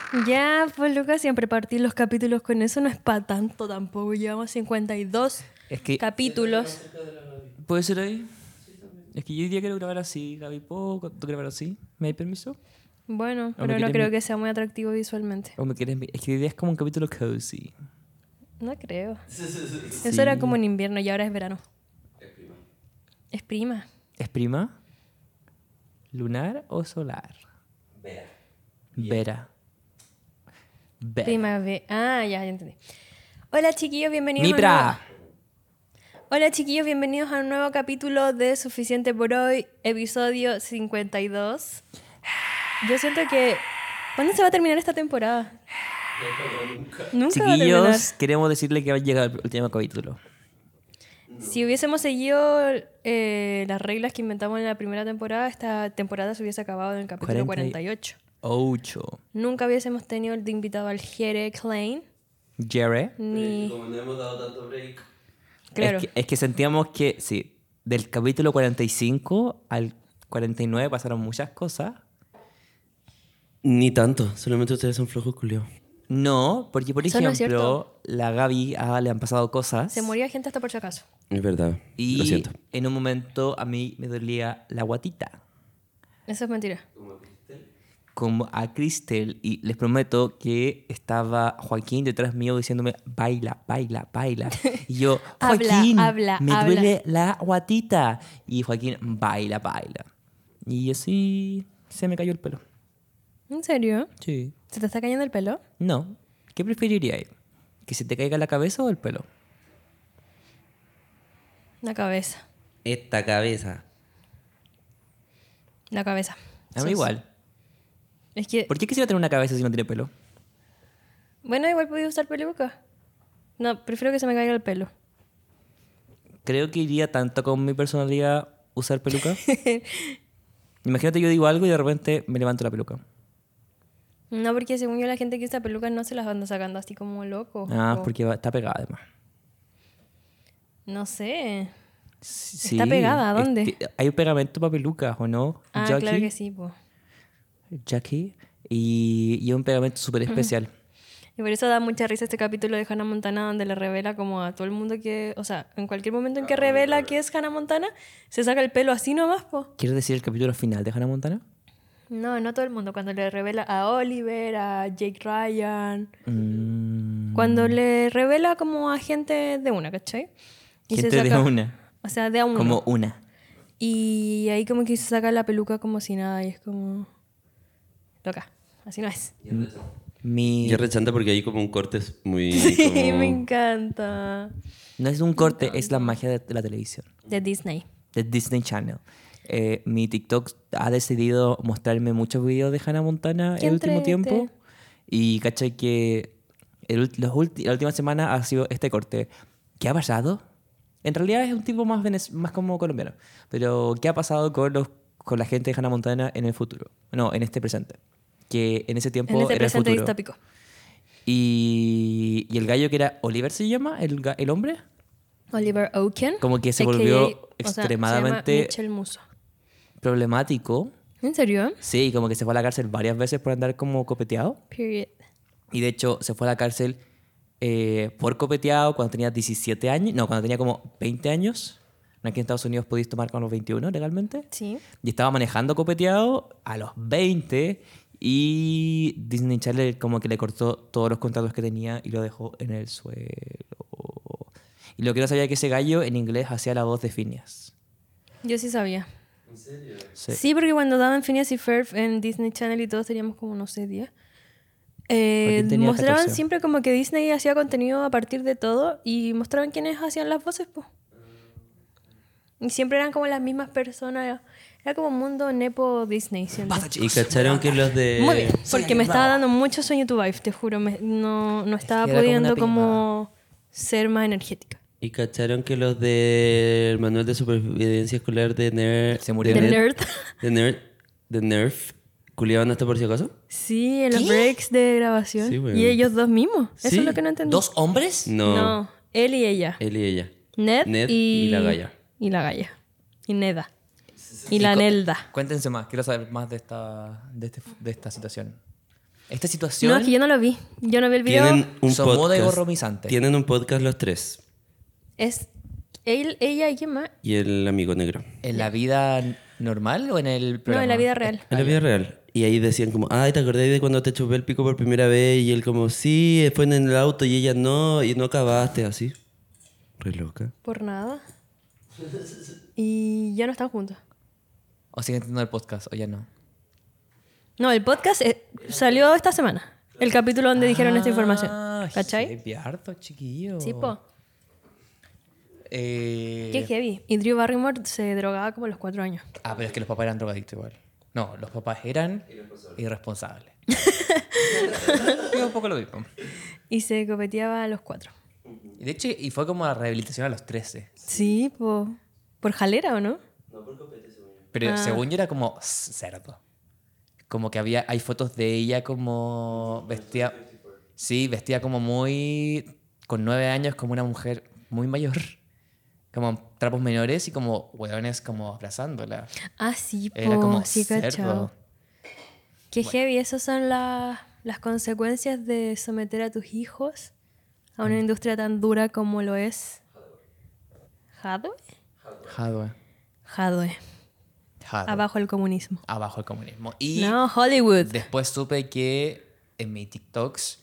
Ya, pues Lucas, siempre partir los capítulos con eso no es para tanto tampoco. Llevamos 52 Es que capítulos. puede ser ahí. Es que yo hoy día quiero grabar así, Gaby. ¿Puedo grabar así? ¿Me das permiso? Bueno, ¿O me pero no quieres creo mi- que sea muy atractivo visualmente. ¿O me quieres Es que hoy día es como un capítulo cozy. No creo. Sí. Eso era como en invierno y ahora es verano. Es prima. ¿Es prima? ¿Lunar o solar? Vera. Ah, ya entendí. Hola chiquillos, bienvenidos ¡Mipra! Hola chiquillos, bienvenidos a un nuevo capítulo de Suficiente por Hoy, episodio 52. Yo siento que... ¿Cuándo se va a terminar esta temporada? Nunca va a terminar. Chiquillos, queremos decirle que va a llegar el último capítulo. Si hubiésemos seguido las reglas que inventamos en la primera temporada, esta temporada se hubiese acabado en el capítulo 48. 8. Nunca hubiésemos tenido de invitado al Jere Klein, Jerry. ni... Como no hemos dado tanto break. Claro. Es que sentíamos que, sí, del capítulo 45 al 49 pasaron muchas cosas. Ni tanto, solamente ustedes son flojos culiados. No, porque por Eso no es ejemplo, la Gaby le han pasado cosas. Se moría gente hasta por si acaso. Es verdad, lo Y siento. en un momento a mí me dolía la guatita. Eso es mentira. Como a Cristel, y les prometo que estaba Joaquín detrás mío diciéndome, baila, baila, baila. Y yo, Joaquín, habla. me duele la guatita. Y Joaquín, baila, baila. Y así se me cayó el pelo. ¿En serio? Sí. ¿Se te está cayendo el pelo? No. ¿Qué preferirías? ¿Que se te caiga la cabeza o el pelo? La cabeza. Esta cabeza. La cabeza. A mí igual. Es que... ¿Por qué quisiera tener una cabeza si no tiene pelo? Bueno, igual podía usar peluca. No, prefiero que se me caiga el pelo. Creo que iría tanto con mi personalidad usar peluca. Imagínate yo digo algo y de repente me levanto la peluca. No, porque según yo la gente que usa pelucas no se las anda sacando así como loco. Ah, porque está pegada además. No sé. Sí, ¿Está pegada? ¿A dónde? Hay un pegamento para pelucas, ¿o no? Ah, Jackie, claro que sí, pues. Jackie. Y es un pegamento súper especial. Y por eso da mucha risa este capítulo de Hannah Montana donde le revela como a todo el mundo que... O sea, en cualquier momento en que revela que es Hannah Montana, se saca el pelo así nomás, po. ¿Quieres decir el capítulo final de Hannah Montana? No, no todo el mundo. Cuando le revela a Oliver, a Jake Ryan... Cuando le revela como a gente de una, ¿cachai? Y se Gente de saca- una. O sea, de a uno. Como una. Y ahí como que se saca la peluca como si nada y es como... Loca, así no es. Mi... Y es rechanta porque hay como un corte muy... Sí, como- me encanta. No es un corte, es la magia de la televisión. De Disney. De Disney Channel. Mi TikTok ha decidido mostrarme muchos videos de Hannah Montana Qué el último entrete. tiempo. Y cachai que la última semana ha sido este corte. ¿Qué ha pasado? En realidad es un tipo más como colombiano. Pero ¿qué ha pasado con la gente de Hannah Montana en el futuro? No, en este presente. Que en ese tiempo En este era el presente futuro. distópico. Y el gallo que era Oliver se llama, el hombre. Oliver Oaken. Como que se AKA, volvió o sea, extremadamente se llama Mitchell Musso. problemático. ¿En serio? Sí, como que se fue a la cárcel varias veces por andar como copeteado. Period. Y de hecho se fue a la cárcel por copeteado cuando tenía 17 años. No, cuando tenía como 20 años. Aquí en Estados Unidos podéis tomar con los 21 legalmente. Sí. Y estaba manejando copeteado a los 20. Y Disney Channel como que le cortó todos los contratos que tenía y lo dejó en el suelo. Y lo que no sabía es que ese gallo en inglés hacía la voz de Phineas. Yo sí sabía. ¿En serio? Sí. Sí, porque cuando daban Phineas y Ferb en Disney Channel y todos teníamos como, no sé, 10. Joaquín tenía Mostraban 14. siempre como que Disney hacía contenido a partir de todo y mostraban quiénes hacían las voces, pues. Y siempre eran como las mismas personas. Era como un mundo nepo Disney, siento. Y cacharon que los de... Muy bien, porque me estaba dando mucho sueño tu vibe, te juro. No estaba que era como pudiendo una como ser más energética. Y cacharon que los del manual de supervivencia escolar de Nerf... Se murieron. The Nerd. De Nerf. ¿Culiaban hasta por si acaso? Sí, en los breaks de grabación. Sí, bueno. Y ellos dos mismos. Eso Sí. es lo que no entendí. ¿Dos hombres? No. No, él y ella. Él y ella. Ned, y la Gaia. Y la Gaia. Y Neda. Y la Nelda. Cuéntense más, quiero saber más de esta situación. Esta situación... No, es que yo no lo vi. Yo no vi el video. Tienen un Somoda y podcast. Gorromisante. Tienen un podcast los tres. Es ella y quién más. Y el amigo negro. ¿En la vida normal o en el programa? No, en la vida real. En la vida real. Y ahí decían como, ay, ¿te acordás de cuando te chupé el pico por primera vez? Y él como, sí, fue en el auto y ella no, y no acabaste, así. Re loca. Por nada. Y ya no están juntos. ¿O siguen teniendo el podcast o ya no? No, el podcast salió esta semana. El capítulo donde dijeron esta información. ¿Cachai? Qué harto, chiquillo. Sí, po. Qué heavy. Y Drew Barrymore se drogaba como a los 4 años. Ah, pero es que los papás eran drogadictos igual. No, los papás eran irresponsables. Yo un poco lo mismo. Y se copeteaba a los 4. Y de hecho, y fue como la rehabilitación a los 13. Sí, po. ¿Por jalera o no? Pero según yo era como cerdo. Como que hay fotos de ella como vestida... Sí, vestida como muy... Con 9 años, como una mujer muy mayor. Como trapos menores y como hueones como abrazándola. Ah, sí, po. Era como sí, cachao. cerdo. Qué heavy. Esas son las consecuencias de someter a tus hijos a una industria tan dura como lo es Hadwe. Hadwe. Hadwe. Hadwe. Abajo el comunismo. Abajo el comunismo. Y No, Hollywood. después supe que en mis TikToks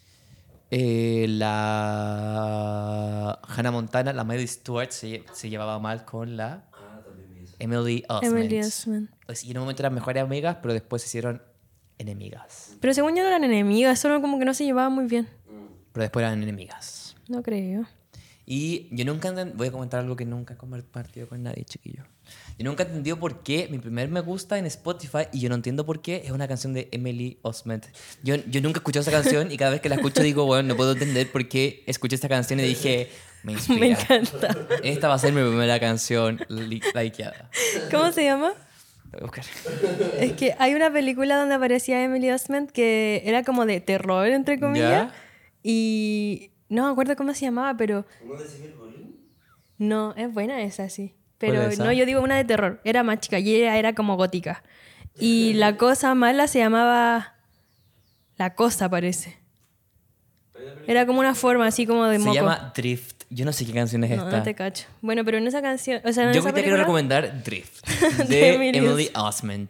la Hannah Montana, la Miley Stewart, se llevaba mal con la Emily Osment. Emily Osment. Y en un momento eran mejores amigas, pero después se hicieron enemigas. Pero según yo no eran enemigas, solo como que no se llevaban muy bien. Pero después eran enemigas. No creo. Y yo nunca voy a comentar algo que nunca he compartido con nadie, chiquillo. Yo nunca he entendido por qué mi primer me gusta en Spotify, y yo no entiendo por qué, es una canción de Emily Osment. Yo nunca he escuchado esa canción y cada vez que la escucho digo, bueno, no puedo entender por qué escuché esta canción y dije, me inspira. Me encanta. Esta va a ser mi primera canción likeada. ¿Cómo se llama? La voy a buscar. Es que hay una película donde aparecía Emily Osment que era como de terror, entre comillas. ¿Ya? Y no me acuerdo cómo se llamaba, pero... No, es buena esa, sí. Pero ¿Cuál es esa? no, yo digo una de terror. Era más chica y ella era como gótica. Y la cosa mala se llamaba... La cosa, parece. Era como una forma así como de Se moco. llama Drift. Yo no sé qué canción es No, esta. no te cacho. Bueno, pero en esa canción... O sea, en Yo esa te quiero película... recomendar Drift De de Emily Emily Osment.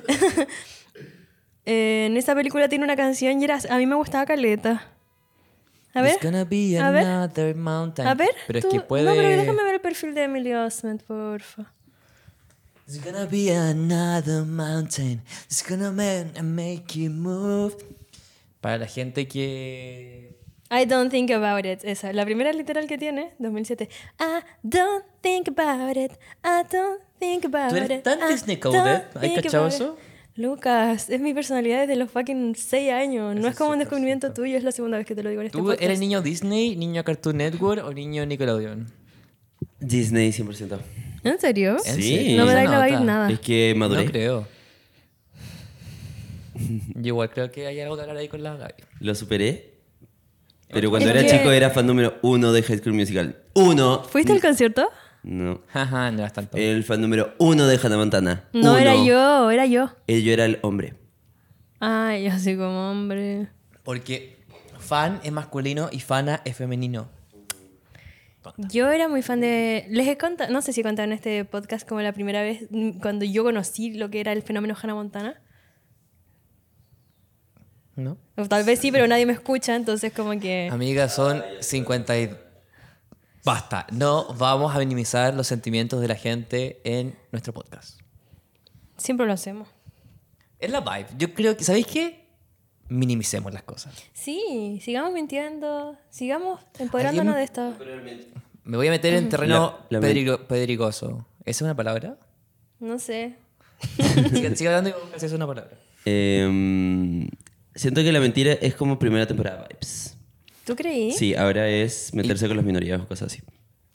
En esa película tiene una canción y era... A mí me gustaba caleta. A ver. There's gonna be a ver. another mountain. A ver. Pero tú- es que puede... No, pero déjame ver el perfil de Emily Osment, porfa. There's gonna be another mountain. It's gonna make you move. Para la gente que... I don't think about it. Esa. La primera literal que tiene, 2007. I don't think about it. I don't think about ¿Tú eres it. tan I Disney don't coded? ¿Has think cachado about it. eso? Lucas, es mi personalidad desde los fucking 6 años. No es como un descubrimiento tuyo, es la segunda vez que te lo digo en este ¿Tú podcast. eres niño Disney, niño Cartoon Network o niño Nickelodeon? Disney 100%. ¿En serio? ¿En Sí. serio? No me Se dais la nota. vibe nada. Es que maduré. No creo. Yo igual creo que hay algo que hablar ahí con la Gaby. Lo superé. Pero cuando Es era que- chico era fan número 1 de High School Musical. ¡Uno! ¿Fuiste al concierto? No. Jaja, no eras tanto. El fan número 1 de Hannah Montana. No, Uno. era yo. Yo era el hombre. Ay, yo así como hombre. Porque fan es masculino y fana es femenino. Yo era muy fan de... Les he contado, no sé si he contado en este podcast como la primera vez cuando yo conocí lo que era el fenómeno Hannah Montana. ¿No? O tal vez sí, pero nadie me escucha, entonces como que... Amigas, son 50 y... Basta, no vamos a minimizar los sentimientos de la gente en nuestro podcast. Siempre lo hacemos. Es la vibe. Yo creo que, ¿sabéis qué? Minimicemos las cosas. Sí, sigamos mintiendo, sigamos empoderándonos de esto. Me voy a meter en terreno La- pedrigoso. ¿Esa es una palabra? No sé. Sigue hablando y vamos a ver si es una palabra. Siento que la mentira es como primera temporada vibes. ¿Tú creí? Sí, ahora es meterse con las minorías o cosas así.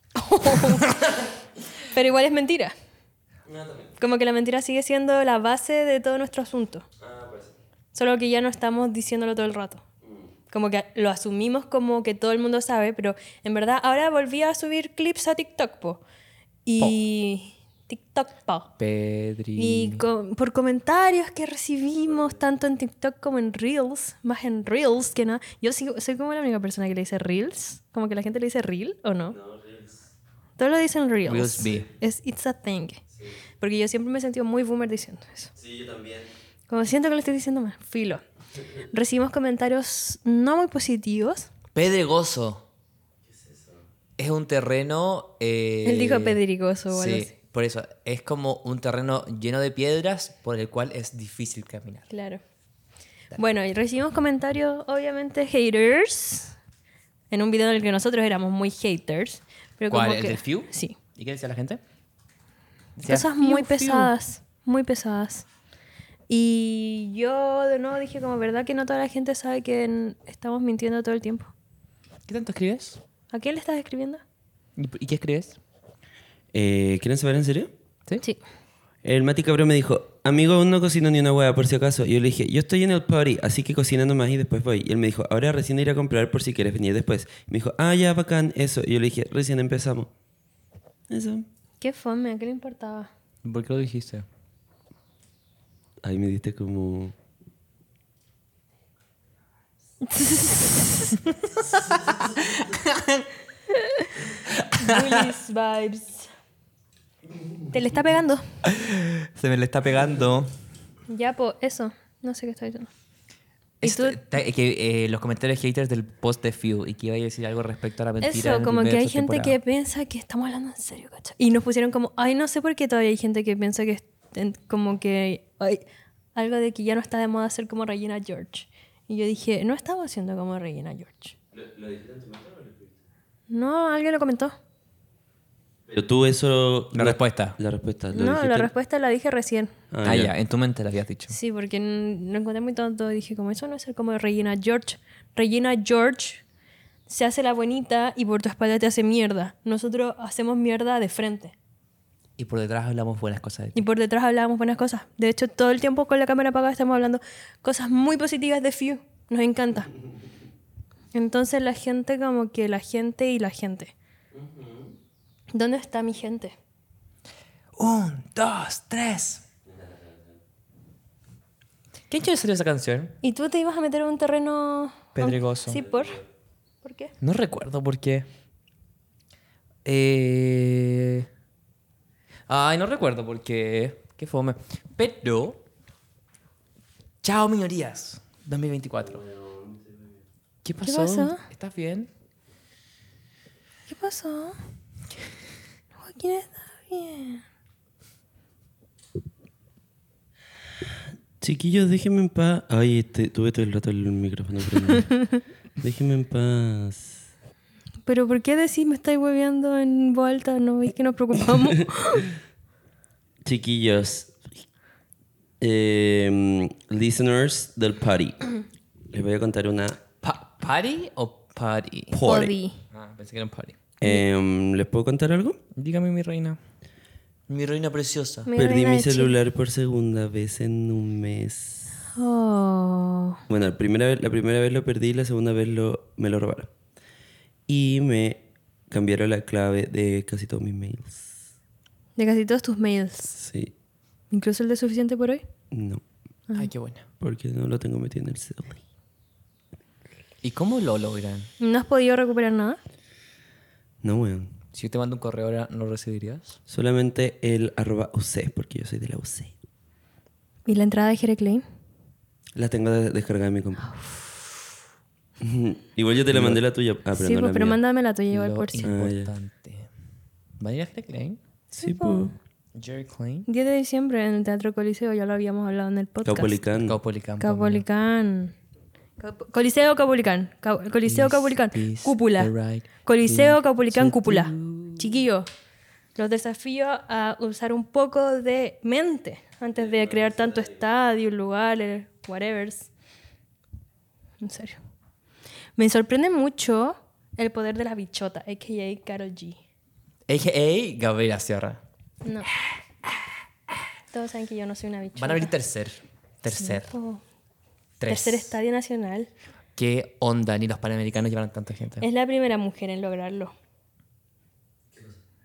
Pero igual es mentira. Como que la mentira sigue siendo la base de todo nuestro asunto. Solo que ya no estamos diciéndolo todo el rato. Como que lo asumimos como que todo el mundo sabe, pero en verdad ahora volví a subir clips a TikTok, po. Y TikTok, pa. Pedri. Y por comentarios que recibimos tanto en TikTok como en Reels, más en Reels que nada. Yo soy como la única persona que le dice Reels. Como que la gente le dice Reel, ¿o no? No, Reels. Todos lo dicen Reels. Reels B. It's a thing. Sí. Porque yo siempre me he sentido muy boomer diciendo eso. Sí, yo también. Como siento que lo estoy diciendo mal. Filo. Recibimos comentarios no muy positivos. Pedregoso. ¿Qué es eso? Es un terreno... Él dijo pedregoso o algo así. Por eso, es como un terreno lleno de piedras por el cual es difícil caminar. Claro. Bueno, y recibimos comentarios, obviamente, haters. En un video en el que nosotros éramos muy haters. Pero ¿Cuál? como ¿El que, del Few? Sí. ¿Y qué decía la gente? Decía, Cosas muy pesadas, muy pesadas. Y yo de nuevo dije como, ¿verdad que no toda la gente sabe que estamos mintiendo todo el tiempo? ¿Qué tanto escribes? ¿A quién le estás escribiendo? ¿Y qué escribes? ¿Quieren saber en serio? Sí. El Mati Cabrón me dijo, amigo, aún no cocino ni una hueá por si acaso. Y yo le dije, yo estoy en el party, así que cocina nomás y después voy. Y él me dijo, ahora recién ir a comprar por si quieres venir después. Y me dijo, ya, bacán, eso. Y yo le dije, recién empezamos. Eso. Qué fome, ¿a qué le importaba? ¿Por qué lo dijiste? Ahí me diste como... Bullies vibes. ¿Te le está pegando? Se me le está pegando. Ya, pues, eso. No sé qué está diciendo. ¿Y tú? Los comentarios haters del post de Few y que iba a decir algo respecto a la mentira. Eso, como que hay gente que piensa que estamos hablando en serio, ¿cachai? Y nos pusieron como, ay, no sé por qué todavía hay gente que piensa que como que ay, algo de que ya no está de moda ser como Regina George. Y yo dije, no estamos haciendo como Regina George. ¿Lo dijiste en tu mente o lo escribiste? No, alguien lo comentó. Pero tú eso... La respuesta. La respuesta. ¿lo No, dijiste? la respuesta la dije recién. Ya, en tu mente la habías dicho. Sí, porque lo encontré muy tonto. Dije, como eso no es ser como Regina George. Regina George se hace la bonita y por tu espalda te hace mierda. Nosotros hacemos mierda de frente. Y por detrás hablamos buenas cosas de ti. Y por detrás hablábamos buenas cosas. De hecho, todo el tiempo con la cámara apagada estamos hablando cosas muy positivas de Few. Nos encanta. Entonces la gente como que la gente y la gente. ¿Dónde está mi gente? 1, 2, 3. ¿Qué hecho salió esa canción? ¿Y tú te ibas a meter en un terreno... Pedregoso. Sí, ¿por qué? No recuerdo por qué. Ay, no recuerdo por qué. Qué fome. Pero... Chao, minorías. 2024. ¿Qué pasó? pasó? ¿Estás bien? ¿Qué pasó? Joaquín está bien. Chiquillos, déjenme en paz. Ay, tuve todo el rato el micrófono prendido. Déjenme en paz. ¿Pero por qué decís me estáis hueveando en voz alta? ¿No veis que nos preocupamos? Chiquillos, listeners del party, les voy a contar una... ¿Party o party? Podi. Ah, pensé que era un party. ¿Les puedo contar algo? Dígame, mi reina. Mi reina preciosa. Mi Perdí reina mi de Chile. celular por segunda vez en un mes. Oh. Bueno, la primera vez lo perdí, la segunda vez me lo robaron. Y me cambiaron la clave de casi todos mis mails. De casi todos tus mails. Sí, ¿Incluso el de suficiente por hoy? no, Ay, qué buena. porque no lo tengo metido en el celular. ¿Y cómo lo logran? ¿No has podido recuperar nada? No, weón. Si yo te mando un correo ahora, ¿no lo recibirías? Solamente el @UC, porque yo soy de la UC. ¿Y la entrada de Jere Klein? La tengo descargada en mi compa. Igual yo te la mandé la tuya. Pero Sí, no pues, la pero mía. mándame la tuya igual Lo por si. importante. ¿Va a ir a Jerry Klein? Sí, pues. Jerry Klein. 10 de diciembre en el Teatro Coliseo, ya lo habíamos hablado en el podcast. Caupolicán. Caupolicán. Caupolicán. Coliseo Caupolicán. Coliseo Caupolicán. Peace, Cúpula. the right Coliseo thing Caupolicán to Cúpula. do. Chiquillo, los desafío a usar un poco de mente antes de crear tanto estadio, lugares, whatever. En serio. Me sorprende mucho el poder de la bichota, a.k.a. Karol G. A.K.A. Gabriela Sierra. No. Todos saben que yo no soy una bichota. Van a abrir tercer. Oh. Tres. Tercer estadio nacional. ¿Qué onda? Ni los panamericanos llevan tanta gente. Es la primera mujer en lograrlo.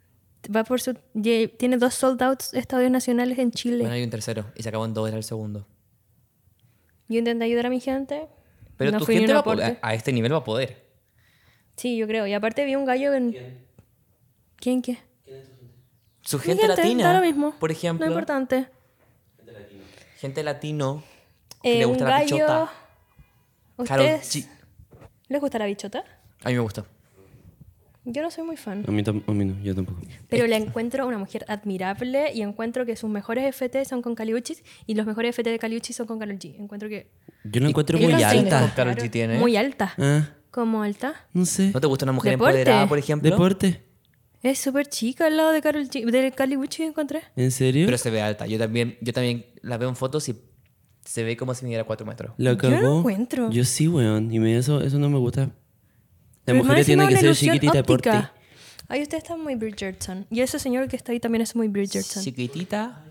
va por su... Tiene 2 sold outs estadios nacionales en Chile. Bueno, hay un tercero y se acabó en 2, era el segundo. Yo intenté ayudar a mi gente. Pero no tu fui ni gente un va a poder, aporte. a este nivel va a poder. Sí, yo creo. Y aparte vi un gallo en... ¿Quién qué? Su Mi gente latina, da lo mismo. por ejemplo. No es importante. Gente latino que le Un gusta la gallo... pichota. Karol ¿Ustedes G. les gusta la bichota? A mí me gusta. Yo no soy muy fan. A mí no, yo tampoco. Pero la encuentro una mujer admirable y encuentro que sus mejores FT son con Caliuchis y los mejores FT de Caliuchis son con Karol G. Encuentro que... Yo la encuentro ¿Qué muy canciones alta. con Karol G tiene? Muy alta. Ah, ¿Cómo alta? no sé. ¿No te gusta una mujer Deporte. empoderada, por ejemplo? ¿Deporte? Es súper chica al lado de Karol G. De Caliuchis encontré. ¿En serio? Pero se ve alta. Yo también la veo en fotos y se ve como si midiera 4 metros. ¿La Yo no cagó? encuentro. Yo sí, weón. Y eso no me gusta. Las Pero más mujeres encima tienen que una ser ilusión chiquititas de porte. óptica. Ay, usted está muy Bridgerton. Y ese señor que está ahí también es muy Bridgerton. Chiquitita.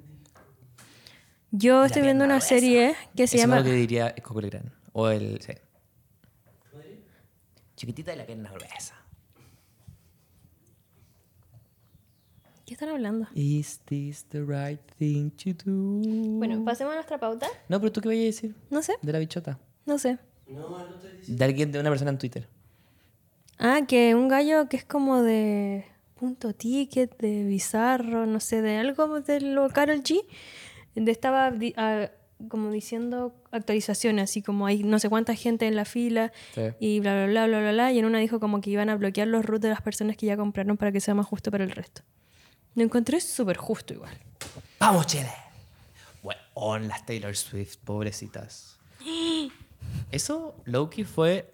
Yo estoy viendo una serie que se Eso llama... es lo que diría Coco Legrand. O el... Sí. Chiquitita y la pierna gruesa. ¿Qué están hablando? Is this the right thing to do? Bueno, pasemos a nuestra pauta. No, pero tú qué vayas a decir No sé, de la bichota. no sé. De alguien, de una persona en Twitter. Ah, que un gallo que es como de punto ticket, de bizarro, no sé, de algo de lo Karol G. Estaba como diciendo actualizaciones, así como hay no sé cuánta gente en la fila Sí. y bla, bla, bla, bla, bla, bla. Y en una dijo como que iban a bloquear los root de las personas que ya compraron para que sea más justo para el resto. Lo encontré súper justo igual. ¡Vamos, Chile! Bueno, las Taylor Swift, pobrecitas. Eso, Loki, fue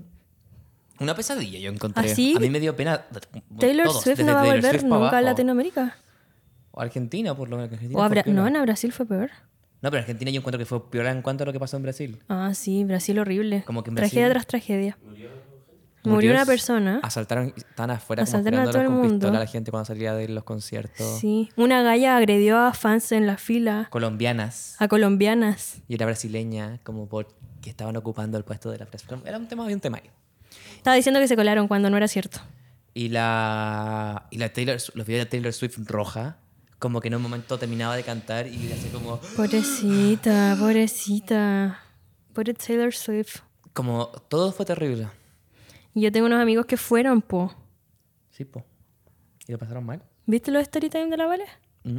una pesadilla, yo encontré. ¿Ah, sí? A mí me dio pena. Taylor todos, Swift desde no va a Taylor volver Swift pa' nunca a abajo. Latinoamérica. O Argentina, por lo menos. Argentina O a fue piola. no, en Brasil fue peor. No, pero Argentina yo encuentro que fue peor en cuanto a lo que pasó en Brasil. Ah, sí, Brasil horrible. Como que en Tragedia Brasil- tras tragedia. Murió una persona. Asaltaron, estaban afuera como Asaltaron a todo el con mundo. pistola a la gente cuando salía de los conciertos. Sí. Una galla agredió a fans en la fila, Colombianas. a colombianas. Y era brasileña, como porque estaban ocupando el puesto de la prensa. Era un tema, había un tema ahí. Estaba diciendo que se colaron cuando no era cierto. Y la los videos de Taylor Swift roja, como que en un momento terminaba de cantar y así como... Pobrecita, pobrecita. Pobre Taylor Swift. Como todo fue terrible. Y yo tengo unos amigos que fueron, po. Sí, po. ¿Y lo pasaron mal? ¿Viste los story time de la Vale?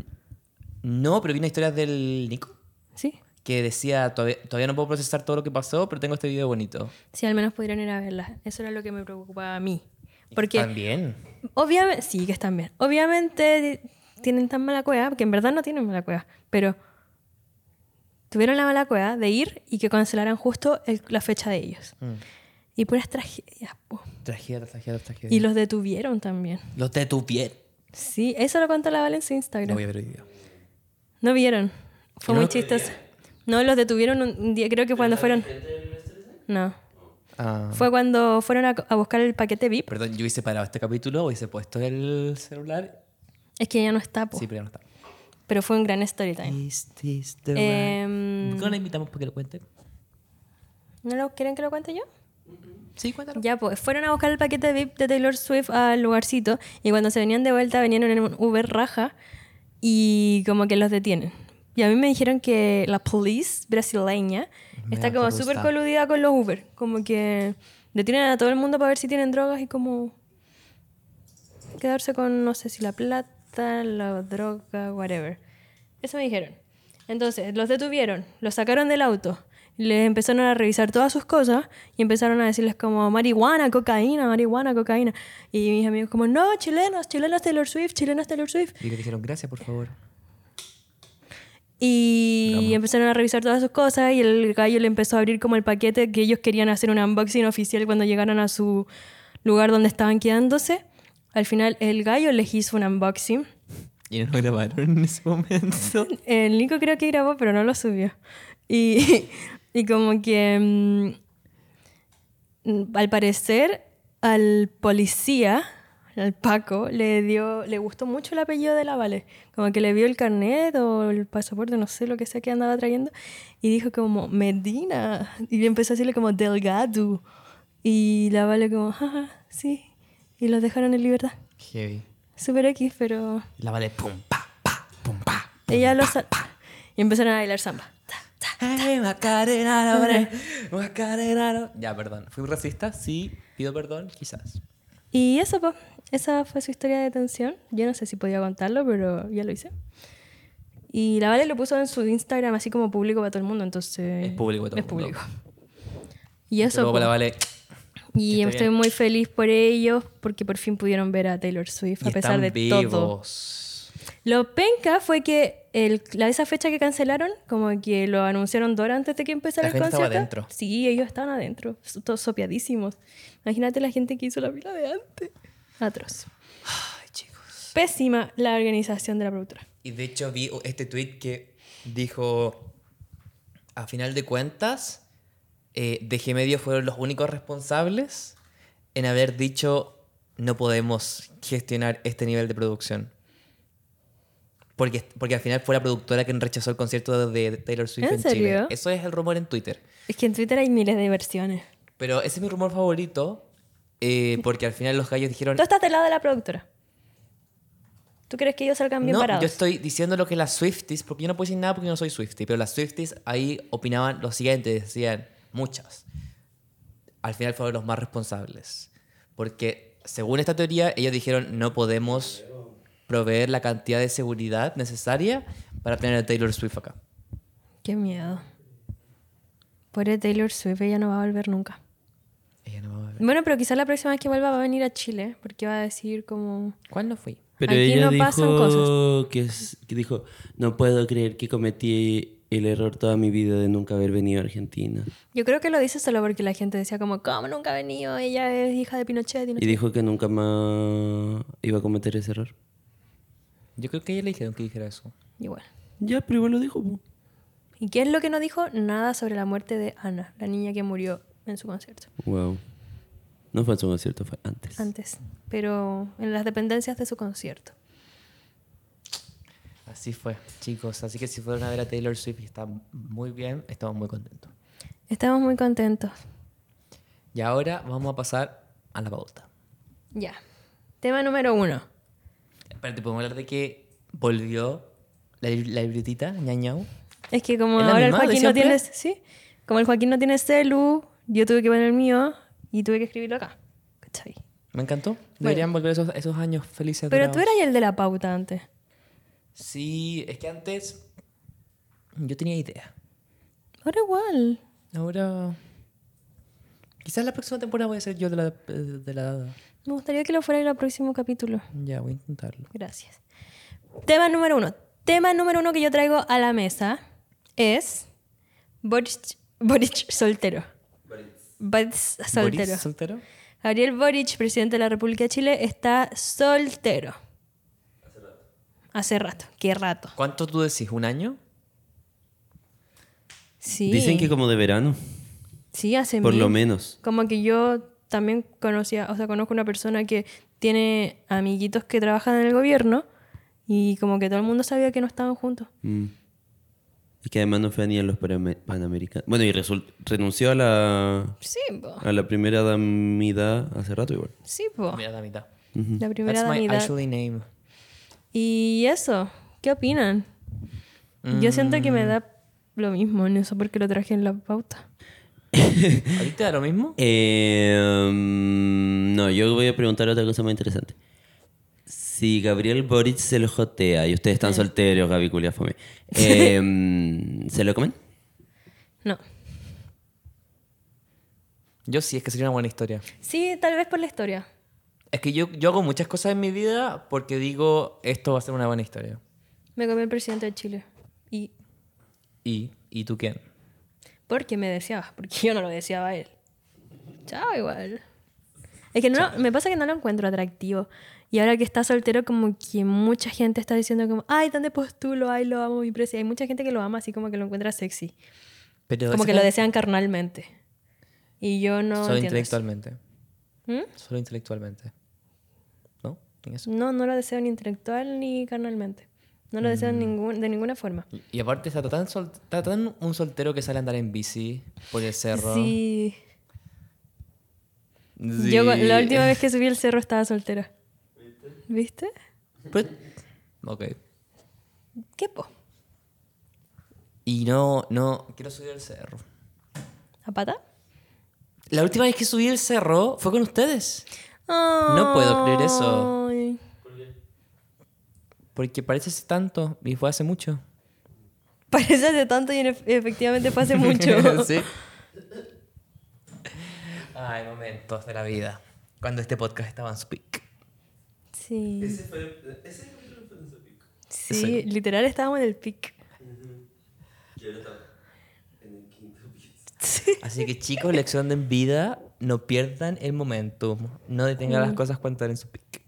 No, pero vi una historia del Nico Sí. que decía, todavía no puedo procesar todo lo que pasó, pero tengo este video bonito. Sí, al menos pudieron ir a verla. Eso era lo que me preocupaba a mí. Porque También. obviamente, sí, que están bien. Obviamente tienen tan mala cueva, que en verdad no tienen mala cueva, pero tuvieron la mala cueva de ir y que cancelaran justo la fecha de ellos. Y puras tragedias, po. Tragedia, tragedia, tragedia. Y los detuvieron también. Los detuvieron. Sí, eso lo contó la Vale en su No Instagram. voy a ver el video. ¿No vieron? Fue No muy lo chistoso. No, los detuvieron un día, creo que cuando fueron... No. Ah, Fue cuando fueron a buscar el paquete VIP. perdón, yo hubiese parado este capítulo, hubiese puesto el celular. Es que ya no está, po. Sí, pero ya no está. Pero fue un gran story time. Is this the Em, ¿Cómo la invitamos para que lo cuente? ¿No lo quieren que lo cuente yo? Sí, cuéntalo. Ya, pues fueron a buscar el paquete VIP de Taylor Swift al lugarcito y cuando se venían de vuelta venían en un Uber raja y como que los detienen. Y a mí me dijeron que la police brasileña está como corrupta. súper coludida con los Uber. Como que detienen a todo el mundo para ver si tienen drogas y como quedarse con, no sé si la plata, la droga, whatever. Eso me dijeron. Entonces, los detuvieron, los sacaron del auto, les empezaron a revisar todas sus cosas y empezaron a decirles como marihuana, cocaína, marihuana, cocaína. Y mis amigos como, no, chilenos, chilenos Taylor Swift, chilenos Taylor Swift. Y que dijeron, gracias, por favor. Y Bravo. empezaron a revisar todas sus cosas y el gallo le empezó a abrir como el paquete que ellos querían hacer un unboxing oficial cuando llegaron a su lugar donde estaban quedándose. Al final el gallo les hizo un unboxing. Y no lo grabaron en ese momento. El Nico creo que grabó, pero no lo subió. Y, y como que al parecer al policía, al Paco, le gustó mucho el apellido de la Vale. Como que le vio el carnet o el pasaporte, no sé lo que sea que andaba trayendo. Y dijo como, Medina. Y empezó a decirle como, Delgado. Y la Vale como, jaja, sí. Y los dejaron en libertad. Heavy. Super X, pero Y la Vale, pum, pa, pum, pa. ella lo y empezaron a bailar samba. Hey, Macarena, hombre, Macarena. Ya, perdón. ¿Fui racista? Sí. Pido perdón, quizás. Y eso, pues, esa fue su historia de detención. Yo no sé si podía contarlo, pero ya lo hice. Y la Vale lo puso en su Instagram así como público para todo el mundo, entonces... Es público para todo Es el mundo. público. Y eso, Luego po. la Vale. Y que esté estoy bien. muy feliz por ellos porque por fin pudieron ver a Taylor Swift Y a pesar de están todo. vivos. Lo penca fue que esa fecha que cancelaron, como que lo anunciaron 2 horas antes de que empezara La el gente estaba concierto. adentro. Sí, ellos estaban adentro, todos sopiadísimos. Imagínate la gente que hizo la fila de antes. Atroz. Ay, chicos. Pésima la organización de la productora. Y de hecho vi este tweet que dijo, a final de cuentas, DG Medio fueron los únicos responsables en haber dicho no podemos gestionar este nivel de producción. Porque al final fue la productora quien rechazó el concierto de Taylor Swift ¿En en Chile. serio? Eso es el rumor en Twitter. Es que en Twitter hay miles de versiones. Pero ese es mi rumor favorito, porque al final los gallos dijeron... Tú estás del lado de la productora. ¿Tú crees que ellos salgan bien No, parados? yo estoy diciendo lo que las Swifties, porque yo no puedo decir nada porque yo no soy Swiftie, pero las Swifties ahí opinaban lo siguiente, decían muchas. Al final fueron los más responsables. Porque según esta teoría, ellos dijeron no podemos proveer la cantidad de seguridad necesaria para tener a Taylor Swift acá. Qué miedo. Pobre Taylor Swift, ella no va a volver nunca. Ella no va a volver. Bueno, pero quizás la próxima vez que vuelva va a venir a Chile, porque va a decir como... ¿Cuándo fui? Pero Aquí ella no pasan dijo que dijo, no puedo creer que cometí el error toda mi vida de nunca haber venido a Argentina. Yo creo que lo dice solo porque la gente decía como, ¿cómo nunca ha venido? Ella es hija de Pinochet. Y dijo que nunca más iba a cometer ese error. Yo creo que a ella le dijeron que dijera eso. Igual. Ya, pero igual lo dijo. Po. ¿Y qué es lo que no dijo? Nada sobre la muerte de Ana, la niña que murió en su concierto. Wow. No fue en su concierto, fue antes. Antes. Pero en las dependencias de su concierto. Así fue, chicos. Así que si fueron a ver a Taylor Swift y está muy bien, estamos muy contentos. Estamos muy contentos. Y ahora vamos a pasar a la pauta. Ya. Tema número 1. Espérate, ¿podemos hablar de que volvió la libretita, ñañau? Es que como ¿Es la ahora el misma de Joaquín no siempre? tiene... Sí. Como el Joaquín no tiene celu, yo tuve que poner el mío y tuve que escribirlo acá. ¿Cachai? Me encantó. Deberían volver esos años felices. Pero tú dorados. eras el de la pauta antes. Sí, es que antes yo tenía idea. Ahora igual. Ahora... Quizás la próxima temporada voy a ser yo de la... Me gustaría que lo fuera en el próximo capítulo. Ya, voy a intentarlo. Gracias. Tema número 1. Tema número 1 que yo traigo a la mesa es Boric soltero. Boric soltero. ¿Boris soltero? Gabriel Boric, presidente de la República de Chile, está soltero. Hace rato. ¿Qué rato? ¿Cuánto tú decís? ¿Un año? Sí. Dicen que como de verano, Sí, hace por lo mil. menos. Como que yo también conozco una persona que tiene amiguitos que trabajan en el gobierno y como que todo el mundo sabía que no estaban juntos. Mm. Es que además no fue ni a los Panamericanos. Bueno, y renunció a la Sí, po. primera damidad hace rato igual. Sí, po. Mira, la mitad. La primera That's my damidad. actually name. Y eso, ¿qué opinan? Yo siento que me da lo mismo en eso porque lo traje en la pauta. ¿A ti te da lo mismo? No, yo voy a preguntar otra cosa más interesante. Si Gabriel Boric se lo jotea y ustedes están solteros, Gaby Culia Fome, ¿se lo comen? No. Yo sí, es que sería una buena historia. Sí, tal vez por la historia. Es que yo hago muchas cosas en mi vida porque digo, esto va a ser una buena historia. Me comí el presidente de Chile. Y ¿Y tú quién? porque me deseaba, porque yo no lo deseaba a él. Chao, igual. Es que no, me pasa que no lo encuentro atractivo. Y ahora que está soltero, como que mucha gente está diciendo como, ay, ¿dónde postulo? Ay, lo amo, mi precio. Hay mucha gente que lo ama así como que lo encuentra sexy. Pero Como esa que lo gente- desean carnalmente. Y yo no Solo entiendo eso. intelectualmente. ¿Mm? Solo intelectualmente. ¿No? ¿En eso? No, no lo deseo ni intelectual ni carnalmente. No lo deseo de ninguna forma. Y aparte está tan un soltero que sale a andar en bici por el cerro. Sí. Sí. Yo la última vez que subí el cerro estaba soltera. ¿Viste? Pero- ok. ¿Qué po? Y no quiero subir el cerro. ¿A pata? La última vez que subí el cerro fue con ustedes. No puedo creer eso. Ay. Porque parece hace tanto y fue hace mucho. Parece hace tanto y efectivamente fue hace mucho. Sí. Ay, momentos de la vida. Cuando este podcast estaba en su peak. Sí. Ese capítulo fue en su pico. Sí, literal estábamos en el pic. Y ahora estamos en el quinto piso. Sí. Así que chicos, lección de vida, no pierdan el momentum. No detengan las cosas cuando están en su peak.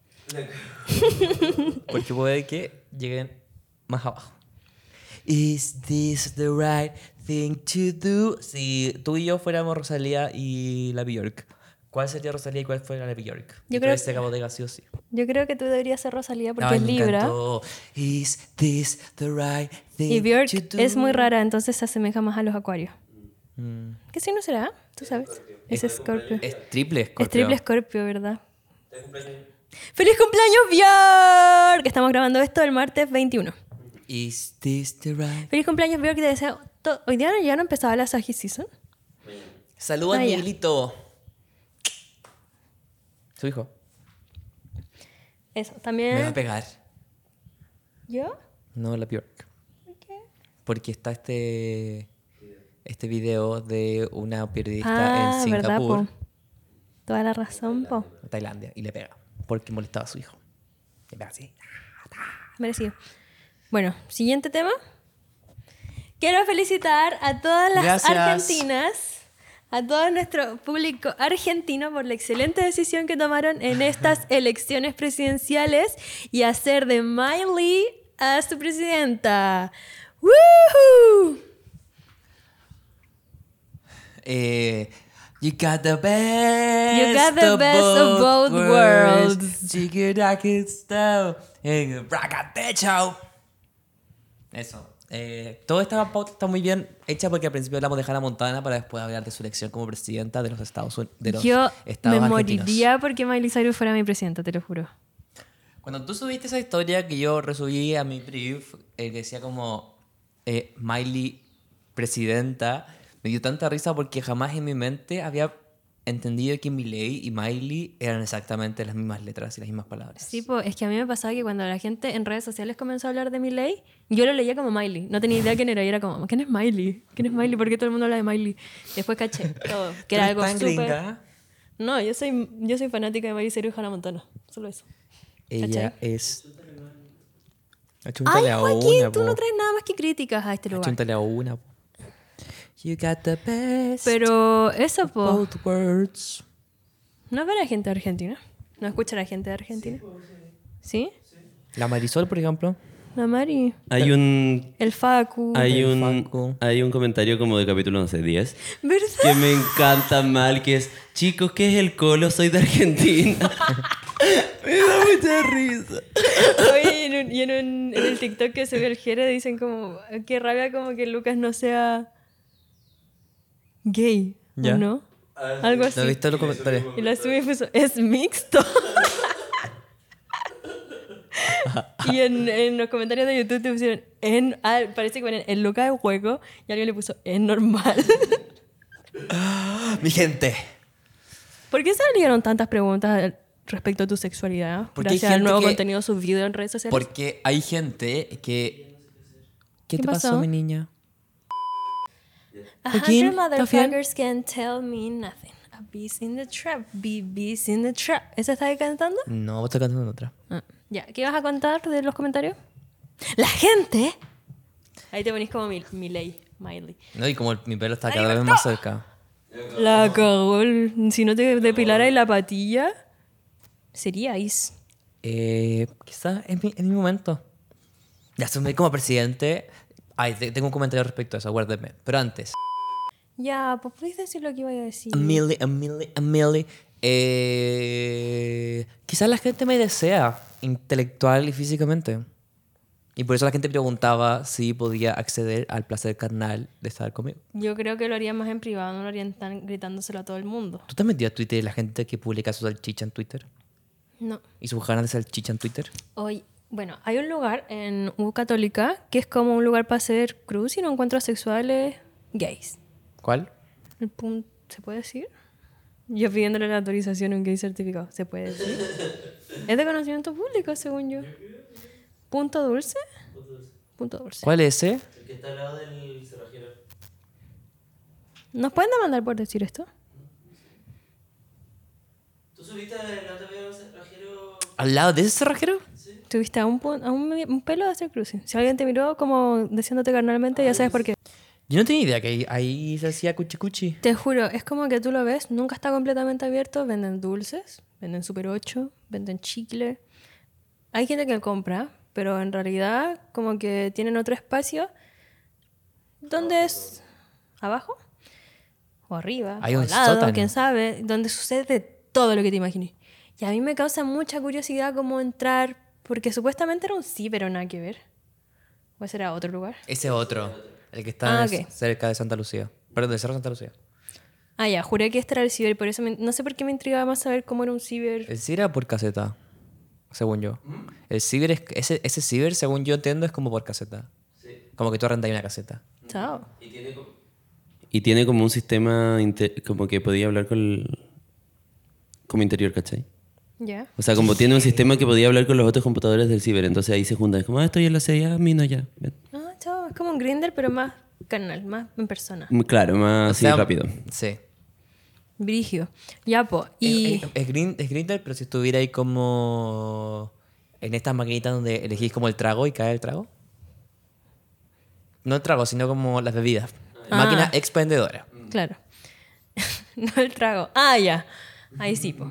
Porque puede que lleguen más abajo. Is this the right thing to do? Si tú y yo fuéramos Rosalía y la Bjork, ¿cuál sería Rosalía y cuál fuera la Bjork? Yo creo que bodega sí o sí. Yo creo que tú deberías ser Rosalía porque Ay, es me Libra. encantó. Is this the right thing Y Björk to do? es muy rara, entonces se asemeja más a los acuarios. Mm. ¿Qué signo será? ¿Tú sabes? Es Escorpio. Es triple Scorpio. Es triple Escorpio, ¿verdad? ¡Feliz cumpleaños, Björk! Que estamos grabando esto el martes 21. Is this the right? Feliz cumpleaños, Björk. Te deseo hoy día ya no empezaba la Sagi Season. Saludos, Ah, ya. Miguelito. Su hijo. Eso, Me va a también. pegar. ¿Yo? No, la Bjork. ¿Por qué? Porque está este video de una periodista en verdad, Singapur, po. Toda la razón, po. Tailandia, y le pega. Porque molestaba a su hijo. Le pega así. Merecido. Bueno, siguiente tema. Quiero felicitar a todas las Gracias. argentinas, a todo nuestro público argentino por la excelente decisión que tomaron en estas elecciones presidenciales y hacer de Miley a su presidenta. ¡Woohoo! You got the best, You got the best of both worlds. Chiquiraquistao, bracatecho. Eso. Toda esta pauta está muy bien hecha porque al principio hablamos de Hannah Montana para después hablar de su elección como presidenta de los Estados Unidos. De los Yo Estados me argentinos. moriría porque Miley Cyrus fuera mi presidenta, te lo juro. Cuando tú subiste esa historia que yo resubí a mi brief, que decía como Miley presidenta, me dio tanta risa porque jamás en mi mente había entendido que Miley y Miley eran exactamente las mismas letras y las mismas palabras. Sí, pues es que a mí me pasaba que cuando la gente en redes sociales comenzó a hablar de Miley, yo lo leía como Miley. No tenía idea quién era y era como, ¿quién es Miley? ¿Quién es Miley? ¿Por qué todo el mundo habla de Miley? Después caché todo, que era algo tan súper... gringa. No, yo soy fanática de Miley Cyrus y Hannah Montana. Solo eso. Ella ¿Cachai? es... Ay, Achúntale a Joaquín, una, tú no po. traes nada más que críticas a este lugar. Achúntale a una, po. You got the best Pero eso, po, both words. ¿no ve la gente de Argentina? ¿No escucha la gente de Argentina? ¿Sí? La Marisol, por ejemplo. La Mari. Hay un El Facu. Hay El un, Facu. hay un comentario como de capítulo 11, 10 ¿Verdad? que me encanta mal, que es, chicos, ¿qué es el colo? Soy de Argentina. Me da mucha risa. Oye, en el TikTok que subió el Jere dicen como, qué rabia como que Lucas no sea gay, Ya. ¿o no? Algo así. ¿No has visto los comentarios? Y la subí y puso, es mixto. Y en los comentarios de YouTube te pusieron, parece que ponen, el Lucas es juego, y alguien le puso, es normal. Mi gente. ¿Por qué salieron tantas preguntas respecto a tu sexualidad? Porque hay Gracias al gente nuevo que- contenido subido en redes sociales. Porque hay gente que... ¿Qué ¿Qué te pasó, pasó? mi niña? 100 ¿Estás bien? motherfuckers can tell me nothing. A beast in the trap, beast in the trap. ¿Esa estás cantando? No, vos estás cantando otra. Ah, ya, ¿qué vas a contar de los comentarios? La gente. Ahí te ponís como Miley. No, y como mi pelo está cada vez más cerca. La cagó. Si no te depilaras la patilla, seríais. Quizás en mi momento. Ya asumí como presidente. Ay, tengo un comentario respecto a eso, guárdenme. Pero antes. Ya, pues puedes decir lo que iba a decir. Miley. Quizás la gente me desea intelectual y físicamente. Y por eso la gente preguntaba si podía acceder al placer carnal de estar conmigo. Yo creo que lo harían más en privado, no lo harían tan gritándoselo a todo el mundo. ¿Tú te has metido a Twitter y la gente que publica su salchicha en Twitter? No. ¿Y sus ganas de salchicha en Twitter? Hoy, bueno, hay un lugar en U Católica que es como un lugar para hacer cruising o encuentros sexuales gays. ¿Cuál? El punto, ¿se puede decir? Yo pidiéndole la autorización a un gay certificado. ¿Se puede decir? Es de conocimiento público, según yo. ¿Punto dulce? Punto dulce. ¿Cuál es ese? El que está al lado del cerrajero. ¿Nos pueden demandar por decir esto? ¿Tú subiste la otra vez al cerrajero? ¿Al lado de ese cerrajero? Tuviste a un pelo de hacer cruising. Si alguien te miró como diciéndote carnalmente, ya sabes por qué. Yo no tenía idea que ahí se hacía cuchi. Te juro, es como que tú lo ves, nunca está completamente abierto. Venden dulces, venden Super 8, venden chicle. Hay gente que compra, pero en realidad como que tienen otro espacio donde es abajo o arriba Hay o un al lado, sótano. quién sabe, donde sucede todo lo que te imagines. Y a mí me causa mucha curiosidad cómo entrar, porque supuestamente era un sí, pero nada que ver. ¿O ese era otro lugar? Ese otro. El que está ok. cerca de Santa Lucía. Perdón, de Cerro Santa Lucía. Ah, ya, juré que este era el ciber, por eso no sé por qué me intrigaba más saber cómo era un ciber. El ciber era por caseta, según yo. El ciber es... Ese ciber, según yo entiendo, es como por caseta. Como que tú arrendas una caseta. Chao. Y tiene como un sistema como que podía hablar como interior, ¿cachai? Ya. O sea, como tiene un sistema que podía hablar con los otros computadores del ciber. Entonces ahí se juntan. Es como, estoy en la serie, a mí no ya. Ven. Ah, chao. Es como un Grindr, pero más carnal, más en persona. Claro, más O así sea, rápido. Sí. Brigio. Ya, po. Y. Es Grindr, pero si estuviera ahí como... En estas maquinitas donde elegís como el trago y cae el trago. No el trago, sino como las bebidas. Ah. Máquina expendedora. Claro. No el trago. Ah, ya. Ahí sí, po.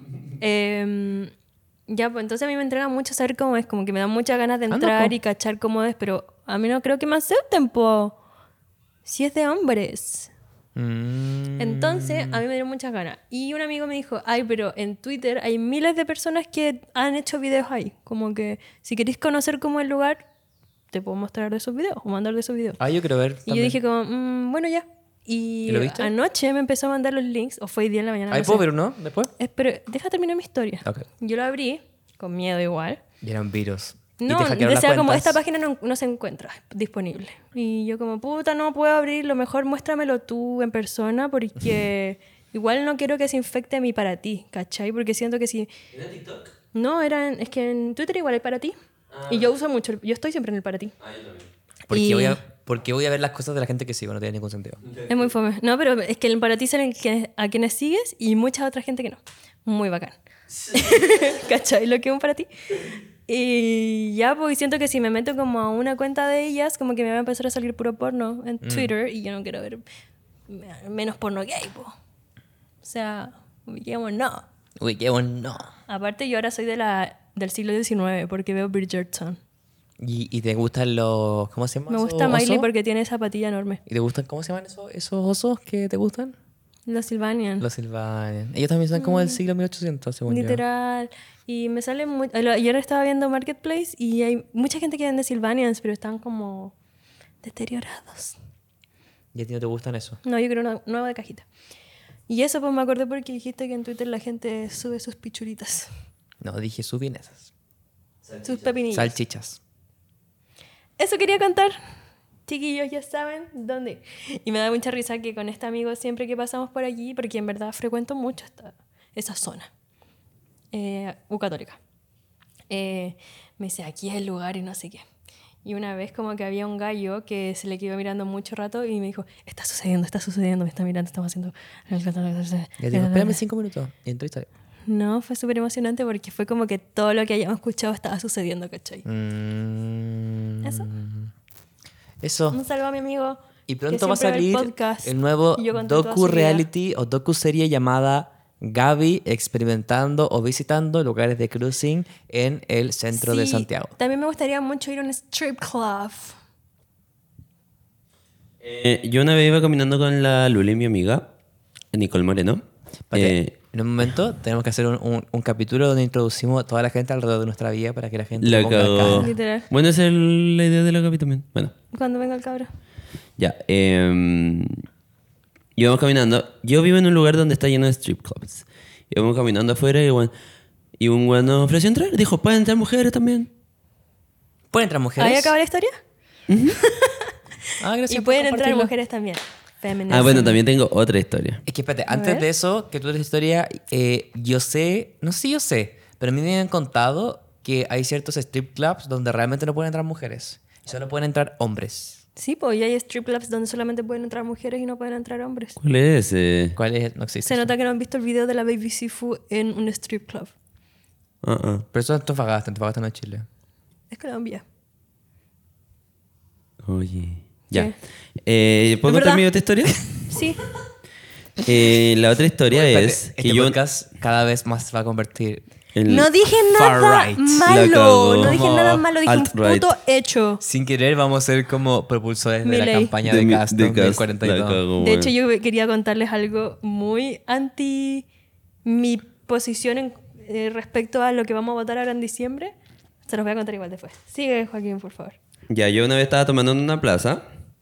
Ya, pues entonces a mí me entrega mucho saber cómo es. Como que me da muchas ganas de Anda, entrar po. y cachar cómo es, pero a mí no creo que me acepten, po. Si es de hombres. Entonces, a mí me dieron muchas ganas. Y un amigo me dijo, ay, pero en Twitter hay miles de personas que han hecho videos ahí. Como que si queréis conocer cómo es el lugar, te puedo mostrar de esos videos o mandar de esos videos. Ah, yo quiero ver. Y yo también. dije como, bueno, ya. Y ¿Y lo viste? anoche me empezó a mandar los links, o fue hoy día en la mañana. Ahí no puedo sé. ver uno después. Pero deja terminar mi historia. Ok. Yo lo abrí, con miedo igual. Y eran virus. Y No, te hackearon las decía como, cuentas. esta página no se encuentra disponible. Y yo como, puta, no puedo abrirlo, mejor muéstramelo tú en persona porque igual no quiero que se infecte mi para ti, ¿cachai? Porque siento que si... ¿Era TikTok? No, es que en Twitter igual hay para ti. Y yo uso mucho, yo estoy siempre en el para ti. Ah, yo también. Porque voy a ver las cosas de la gente que sigo, no tiene ningún sentido. Es muy fome. No, pero es que el para ti salen a quienes sigues y mucha otra gente que no. Muy bacán. ¿Cachai? Lo que es un para ti. Y ya, pues siento que si me meto como a una cuenta de ellas, como que me va a empezar a salir puro porno en Twitter y yo no quiero ver menos porno gay, po. O sea, digamos, no. Uy, qué bueno. Aparte, yo ahora soy del siglo XIX porque veo Bridgerton. ¿Y te gustan los... ¿Cómo se llama? Me esos gusta Miley osos? porque tiene esa patilla enorme. ¿Y te gustan, cómo se llaman esos osos que te gustan? Los Sylvanian. Los Sylvanian. Ellos también son como del siglo 1800, según yo. Literal. Y me sale muy... Ayer estaba viendo Marketplace y hay mucha gente que vende Sylvanians, pero están como deteriorados. ¿Y a ti no te gustan eso? No, yo quiero una nueva de cajita. Y eso pues me acordé porque dijiste que en Twitter la gente sube sus pichuritas. No, dije sus vienesas. Sus pepinillos. Salchichas. Eso quería contar. Chiquillos, ya saben dónde. Y me da mucha risa que con este amigo siempre que pasamos por allí, porque en verdad frecuento mucho esa zona. U Católica. Me dice, aquí es el lugar y no sé qué. Y una vez como que había un gallo que se le quedó mirando mucho rato y me dijo, está sucediendo, me está mirando, estamos haciendo... Y digo, espérame 5 minutos. Y entró y está bien. No, fue súper emocionante porque fue como que todo lo que hayamos escuchado estaba sucediendo, ¿cachai? ¿Eso? Eso. Un saludo a mi amigo. Y que pronto va a siempre ve salir podcast, el nuevo y yo conté toda su vida. docu-reality o docu-serie llamada Gaby experimentando o visitando lugares de cruising en el centro de Sí, Santiago. También me gustaría mucho ir a un strip club. Yo una vez iba caminando con la Luli, mi amiga, Nicole Moreno. Espérate, en un momento tenemos que hacer un capítulo donde introducimos a toda la gente alrededor de nuestra vida para que la gente La ponga cagó. cara. Literal. Bueno, esa es la idea de la Gaby también. Bueno, Cuando venga el cabro. ya. Íbamos caminando. Yo vivo en un lugar donde está lleno de strip clubs. Íbamos caminando afuera y bueno, Y un weón nos ofreció entrar. Dijo, pueden entrar mujeres también. ¿Pueden entrar mujeres? ¿Ahí acaba la historia? Ah, gracias Y por pueden entrar compartirlo. mujeres también. Feminism. Ah, bueno, también tengo otra historia. Es que espérate, A antes ver. de eso, que tú eres historia, yo sé, no sé si yo sé, pero a mí me han contado que hay ciertos strip clubs donde realmente no pueden entrar mujeres. Solo pueden entrar hombres. Sí, pues y hay strip clubs donde solamente pueden entrar mujeres y no pueden entrar hombres. ¿Cuál es ese? ¿Cuál es? No existe. Se eso. nota que no han visto el video de la Baby Sifu en un strip club. Pero eso es Antofagasta no es Chile. Es Colombia. Oye. ¿Qué? Ya. ¿Puedo ¿Es contar verdad? mi otra historia? Sí. La otra historia Oye, es espérate, que este yo... podcast cada vez más se va a convertir. No dije Far nada right. La malo. cagó. No dije Como nada malo. Dije un alt-right. puto hecho. Sin querer vamos a ser como propulsores de la Milei. campaña de Cast de Cast, 2042. la cago, De weón. hecho, yo quería contarles algo muy anti mi posición respecto a lo que vamos a votar ahora en diciembre. Se los voy a contar igual después. Sigue, Joaquín, por favor. Ya, yo una vez estaba tomando en una plaza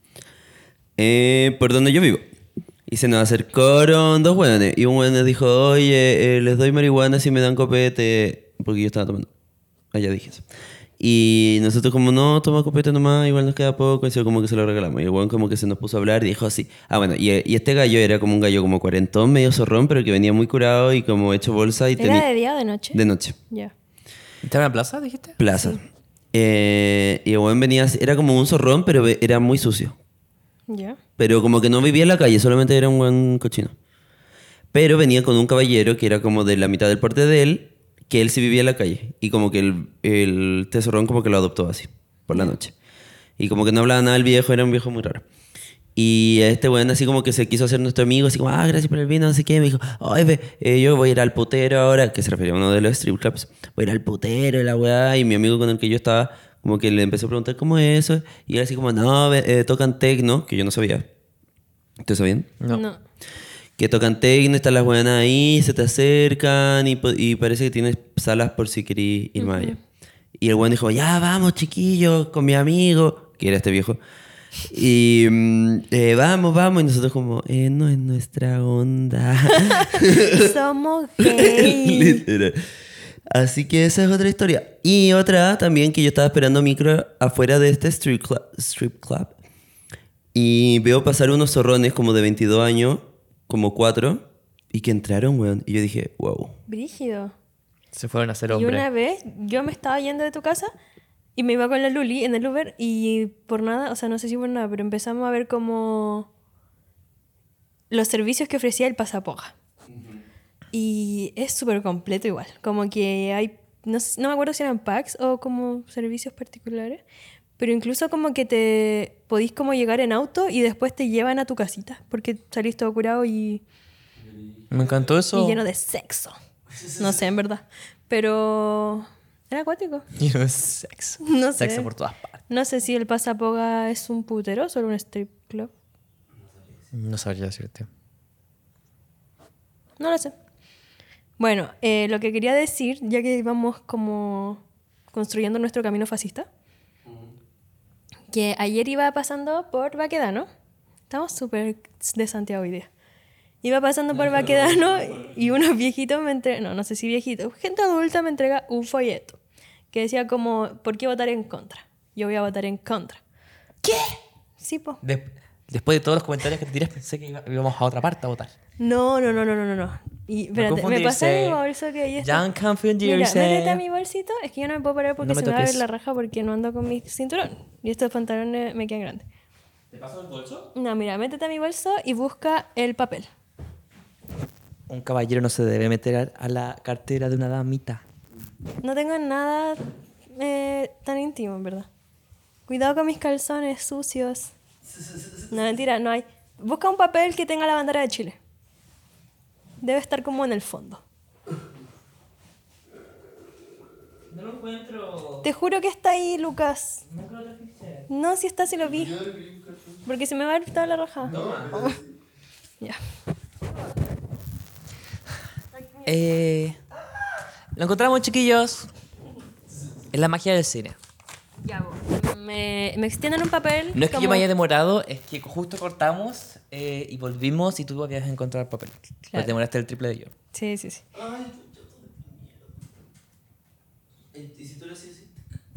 por donde yo vivo. Y se nos acercaron dos hueones. Y un hueón dijo, oye, les doy marihuana si me dan copete. Porque yo estaba tomando. Allá dije eso. Y nosotros como, no, toma copete nomás, igual nos queda poco. Y así como que se lo regalamos. Y el hueón como que se nos puso a hablar y dijo así. Ah, bueno, y este gallo era como un gallo como cuarentón, medio zorrón, pero que venía muy curado y como hecho bolsa. Y ¿Era tenía... de día o de noche? De noche. Ya. ¿Estaba en la plaza, dijiste? Plaza. Y el hueón venía, era como un zorrón, pero era muy sucio. Ya. Pero como que no vivía en la calle, solamente era un buen cochino. Pero venía con un caballero que era como de la mitad del porte de él, que él sí vivía en la calle. Y como que el tesorrón como que lo adoptó así, por la noche. Y como que no hablaba nada el viejo, era un viejo muy raro. Y a este weón así como que se quiso hacer nuestro amigo, así como, ah, gracias por el vino, no sé qué. Me dijo, oye, yo voy a ir al putero ahora, que se refería a uno de los strip clubs. Voy a ir al putero y la weá. Y mi amigo con el que yo estaba, como que le empezó a preguntar cómo es eso. Y él así como, no, tocan techno, que yo no sabía. ¿Ustedes sabían? No. Que tocan techno, están las buenas ahí, se te acercan y parece que tienes salas por si querís ir más allá. Y el buen dijo, ya vamos chiquillos, con mi amigo, que era este viejo. Y vamos, y nosotros como, no es nuestra onda. Somos gays. Literal. Así que esa es otra historia. Y otra también que yo estaba esperando micro afuera de este strip club. Y veo pasar unos zorrones como de 22 años, como 4, y que entraron, weón. Y yo dije, wow. Brígido. Se fueron a hacer Y hombres. una vez yo me estaba yendo de tu casa y me iba con la Luli en el Uber y por nada, o sea, no sé si por nada, pero empezamos a ver como los servicios que ofrecía el Pasapoga. Y es súper completo igual. Como que hay, no me acuerdo si eran packs o como servicios particulares, pero incluso como que te podís como llegar en auto y después te llevan a tu casita porque salís todo curado y Me encantó eso. lleno de sexo. No sé, en verdad. Pero era acuático. Lleno de sexo. No sé. Sexo por todas partes. No sé si el Pasapoga es un putero o solo un strip club. No sabría decirte. No lo sé. Bueno, lo que quería decir, ya que íbamos como construyendo nuestro camino fascista, que ayer iba pasando por Baquedano. Estamos súper de Santiago hoy día. Iba pasando por Baquedano y unos viejitos me entregan, no sé si viejitos, gente adulta me entrega un folleto que decía como, ¿por qué votar en contra? Yo voy a votar en contra. ¿Qué? Sí, po. Después de todos los comentarios que te tiras, pensé que íbamos a otra parte a votar. No. Y espérate, me confundirse. pasé mi bolso que ahí está. Don't confundirse. Mira, métete a mi bolsito. Es que yo no me puedo parar porque No me se me va a ver toques. la raja porque no ando con mi cinturón. Y estos pantalones me quedan grandes. ¿Te paso el bolso? No, mira, métete a mi bolso y busca el papel. Un caballero no se debe meter a la cartera de una damita. No tengo nada tan íntimo, en verdad. Cuidado con mis calzones sucios. No, mentira, no hay. Busca un papel que tenga la bandera de Chile. Debe estar como en el fondo. No lo encuentro. Te juro que está ahí, Lucas. No, si está, si lo vi. Porque se me va a ver toda la raja. Oh. Ya. Lo encontramos, chiquillos. Es la magia del cine. Ya, me extienden un papel. No es que como- yo me haya demorado, es que justo cortamos y volvimos y tú habías encontrado el papel. Pues demoraste el triple de yo. Sí. ¿Y si tú lo haces?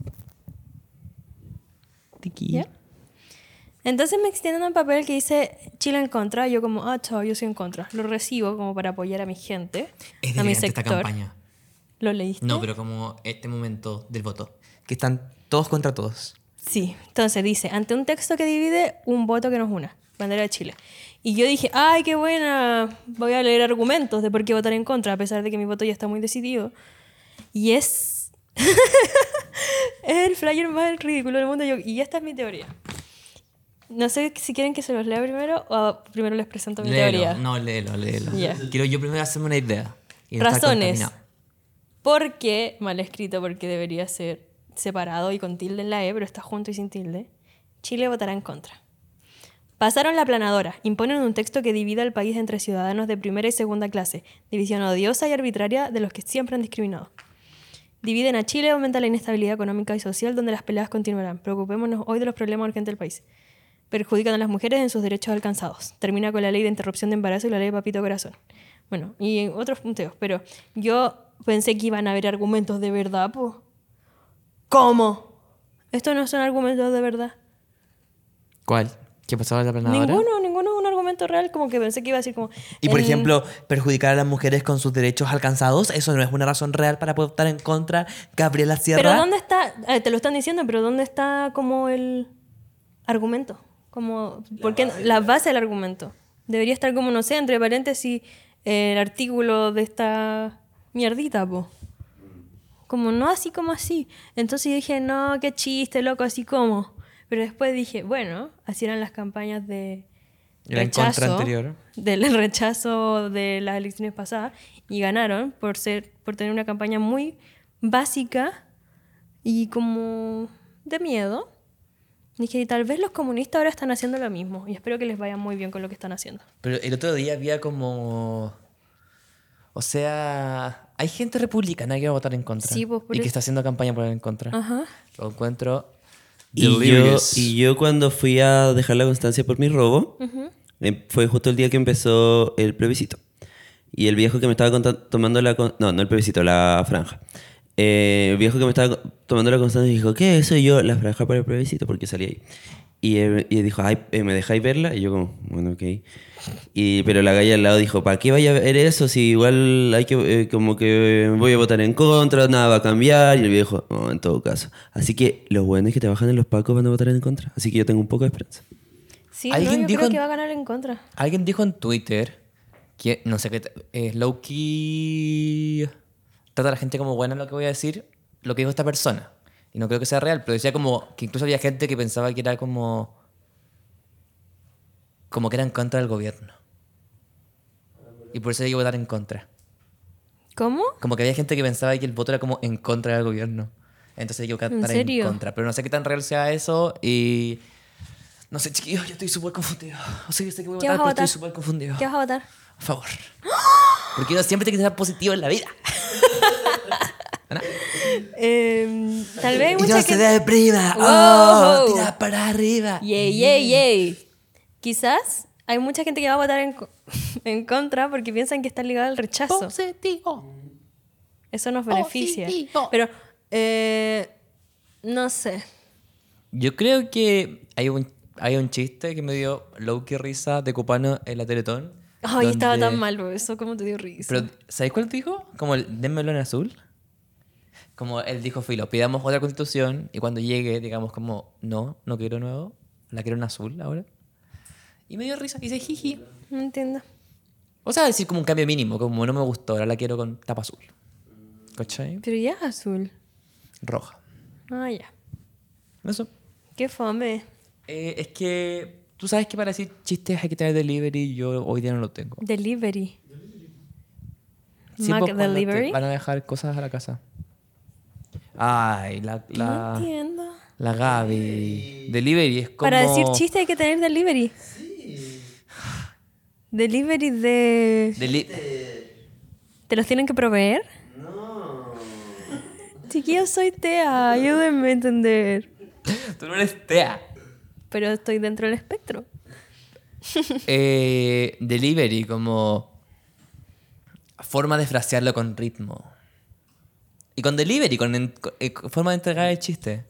Tiki. ¿Ya? Entonces me extienden un papel que dice Chile en contra. Yo como, chao, yo soy en contra. Lo recibo como para apoyar a mi gente, Es a mi delirante sector. esta campaña. ¿Lo leíste? No, pero como este momento del voto. Que están todos contra todos. Sí. Entonces dice, ante un texto que divide, un voto que nos una. Bandera de Chile. Y yo dije, ¡ay, qué buena! Voy a leer argumentos de por qué votar en contra, a pesar de que mi voto ya está muy decidido. Y es... es el flyer más ridículo del mundo. Y esta es mi teoría. No sé si quieren que se los lea primero o primero les presento mi teoría. No, léelo. Ya. Quiero yo primero hacerme una idea. Y no estar Razones. contaminado. ¿Por qué? Mal escrito, porque debería ser separado y con tilde en la E, pero está junto y sin tilde. Chile votará en contra. Pasaron la aplanadora. Imponen un texto que divida al país entre ciudadanos de primera y segunda clase. División odiosa y arbitraria de los que siempre han discriminado. Dividen a Chile, aumenta la inestabilidad económica y social, donde las peleas continuarán. Preocupémonos hoy de los problemas urgentes del país. Perjudican a las mujeres en sus derechos alcanzados. Termina con la ley de interrupción de embarazo y la ley de papito corazón. Bueno, y otros punteos, pero yo pensé que iban a haber argumentos de verdad, pues. ¿Cómo? Estos no son argumentos de verdad. ¿Cuál? ¿Qué pasaba en la planadora? Ninguno es un argumento real, como que pensé que iba a decir como... Y por en- ejemplo, perjudicar a las mujeres con sus derechos alcanzados, eso no es una razón real para poder votar en contra Gabriela Sierra. Pero ¿dónde está? Te lo están diciendo, pero ¿dónde está como el argumento? Como, ¿por qué la base del argumento? Debería estar como, no sé, entre paréntesis, el artículo de esta mierdita, po. Como no así como así. Entonces yo dije, no, qué chiste, loco, así como. Pero después dije, bueno, así eran las campañas de Era en contra anterior. del rechazo de las elecciones pasadas y ganaron por tener una campaña muy básica y como de miedo. Dije, y tal vez los comunistas ahora están haciendo lo mismo y espero que les vaya muy bien con lo que están haciendo. Pero el otro día había como... O sea, hay gente republicana que va a votar en contra. Sí, pues, por y que eso. está haciendo campaña por en contra. Ajá. Lo encuentro Y delirious. yo cuando fui a dejar la constancia por mi robo, fue justo el día que empezó el plebiscito. Y el viejo que me estaba tomando no el plebiscito, la franja. El viejo que me estaba tomando la constancia dijo, ¿qué? Soy yo, la franja para el plebiscito, porque salí ahí. Y él dijo, ay, ¿me dejáis verla? Y yo como, bueno, ok. Pero la galla al lado dijo, ¿para qué vaya a ver eso? Si igual hay que, como que voy a votar en contra, nada va a cambiar. Y el viejo, no, en todo caso. Así que los buenos que trabajan en los pacos van a votar en contra. Así que yo tengo un poco de esperanza. Sí, ¿Alguien yo dijo creo en- que va a ganar en contra. Alguien dijo en Twitter que, no sé qué, low-key trata a la gente como buena, lo que voy a decir, lo que dijo esta persona. Y no creo que sea real, pero decía como que incluso había gente que pensaba que era como que era en contra del gobierno. Y por eso hay que votar en contra. ¿Cómo? Como que había gente que pensaba que el voto era como en contra del gobierno. Entonces hay que votar ¿En en serio? contra. Pero no sé qué tan real sea eso y... No sé, chiquillos, yo estoy súper confundido. O sea, yo sé que voy a ¿Qué votar, vas a pero estoy votar? súper confundido. ¿Qué vas a votar? Por favor. Porque uno siempre tiene que ser positivo en la vida. Tal vez hay Y mucha no se gente... deprima. Wow. Oh, tira para arriba. Yay. Quizás hay mucha gente que va a votar en contra porque piensan que está ligado al rechazo. Positivo. Eso nos beneficia. Positivo. Pero, no sé. Yo creo que hay un chiste que me dio low-key risa de Copano en la Teletón. Ay, estaba donde- tan mal, bro. Eso como te dio risa. Pero, ¿sabéis cuál dijo? Como el démelo en azul. Como él dijo, filo, pidamos otra constitución y cuando llegue, digamos como, no quiero nuevo, la quiero en azul ahora. Y me dio risa, y dice, jiji. No entiendo. O sea, decir como un cambio mínimo, como no me gustó, ahora la quiero con tapa azul. ¿Cachai? Pero ya es azul. Roja. Ah, ya. Eso. Qué fome. Es que tú sabes que para decir chistes hay que tener delivery y yo hoy día no lo tengo. Delivery. Sí, Mac pues, cuando te Delivery. van a dejar cosas a la casa. Ay, No la entiendo. Gaby. Delivery es como... Para decir chiste hay que tener delivery. Delivery de... ¿Te los tienen que proveer? No. Chiquillos, soy Tea. Ayúdenme a entender. Tú no eres tea. Pero estoy dentro del espectro. Delivery como forma de frasearlo con ritmo. Y con delivery, con forma de entregar el chiste.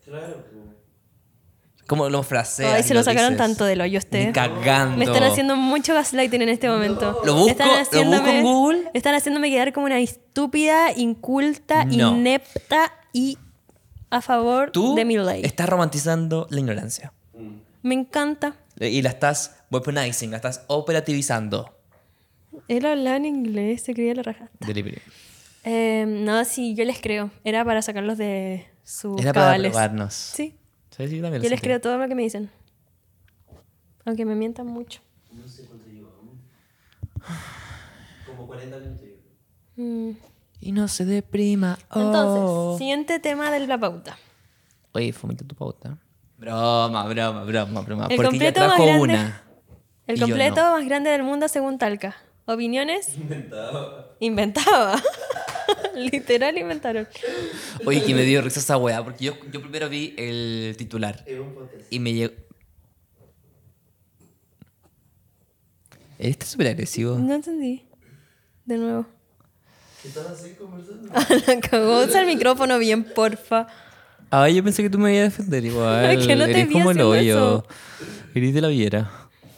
Como los frases. Ay, se lo sacaron tanto del hoyo Ni cagando. Me están haciendo mucho gaslighting en este momento. ¿Lo busco? Están ¿Lo busco en Google? Están haciéndome quedar como una estúpida, inculta, No. inepta y a favor Tú de mi ley. estás romantizando la ignorancia. Me encanta. Y la estás weaponizing, la estás operativizando. Él hablaba en inglés, se creía la raja. Delivery. No, sí, yo les creo. Era para sacarlos de sus Era para cabales. probarnos. Sí, Sí, sí, también lo yo les sentí. creo todo lo que me dicen. Aunque me mientan mucho. No sé cuánto llevamos. Como 40 minutos. Mm. Y no se deprima. Oh. Entonces, siguiente tema de la pauta. Oye, fomita tu pauta. Broma. El Porque ya completo más trajo grande. una. El Y yo completo no. más grande del mundo según Talca. ¿Opiniones? Inventaba. Literal inventaron. Oye, que me dio risa esa weá. Porque yo primero vi el titular. Y me llegó. Este es súper agresivo. No entendí. De nuevo. ¿Qué estás así conversando? La cagó. Usa el micrófono bien, porfa. Ah, yo pensé que tú me ibas a defender igual. Es que no te Eres vi como el haciendo hoyo. eso. Eres de la viera.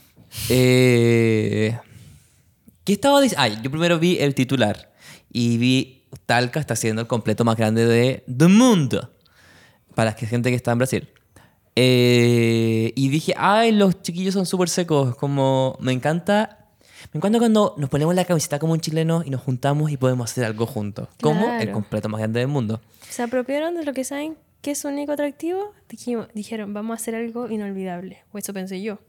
¿Qué estaba diciendo? Ah, yo primero vi el titular. Y vi Talca está haciendo el completo más grande del mundo. Para la gente que está en Brasil. Y dije, ay, los chiquillos son súper secos. Como, me encanta cuando nos ponemos la camiseta como un chileno y nos juntamos y podemos hacer algo juntos. Como el Claro. completo más grande del mundo. Se apropiaron de lo que saben que es su único atractivo. Dijeron, vamos a hacer algo inolvidable. O eso pensé yo.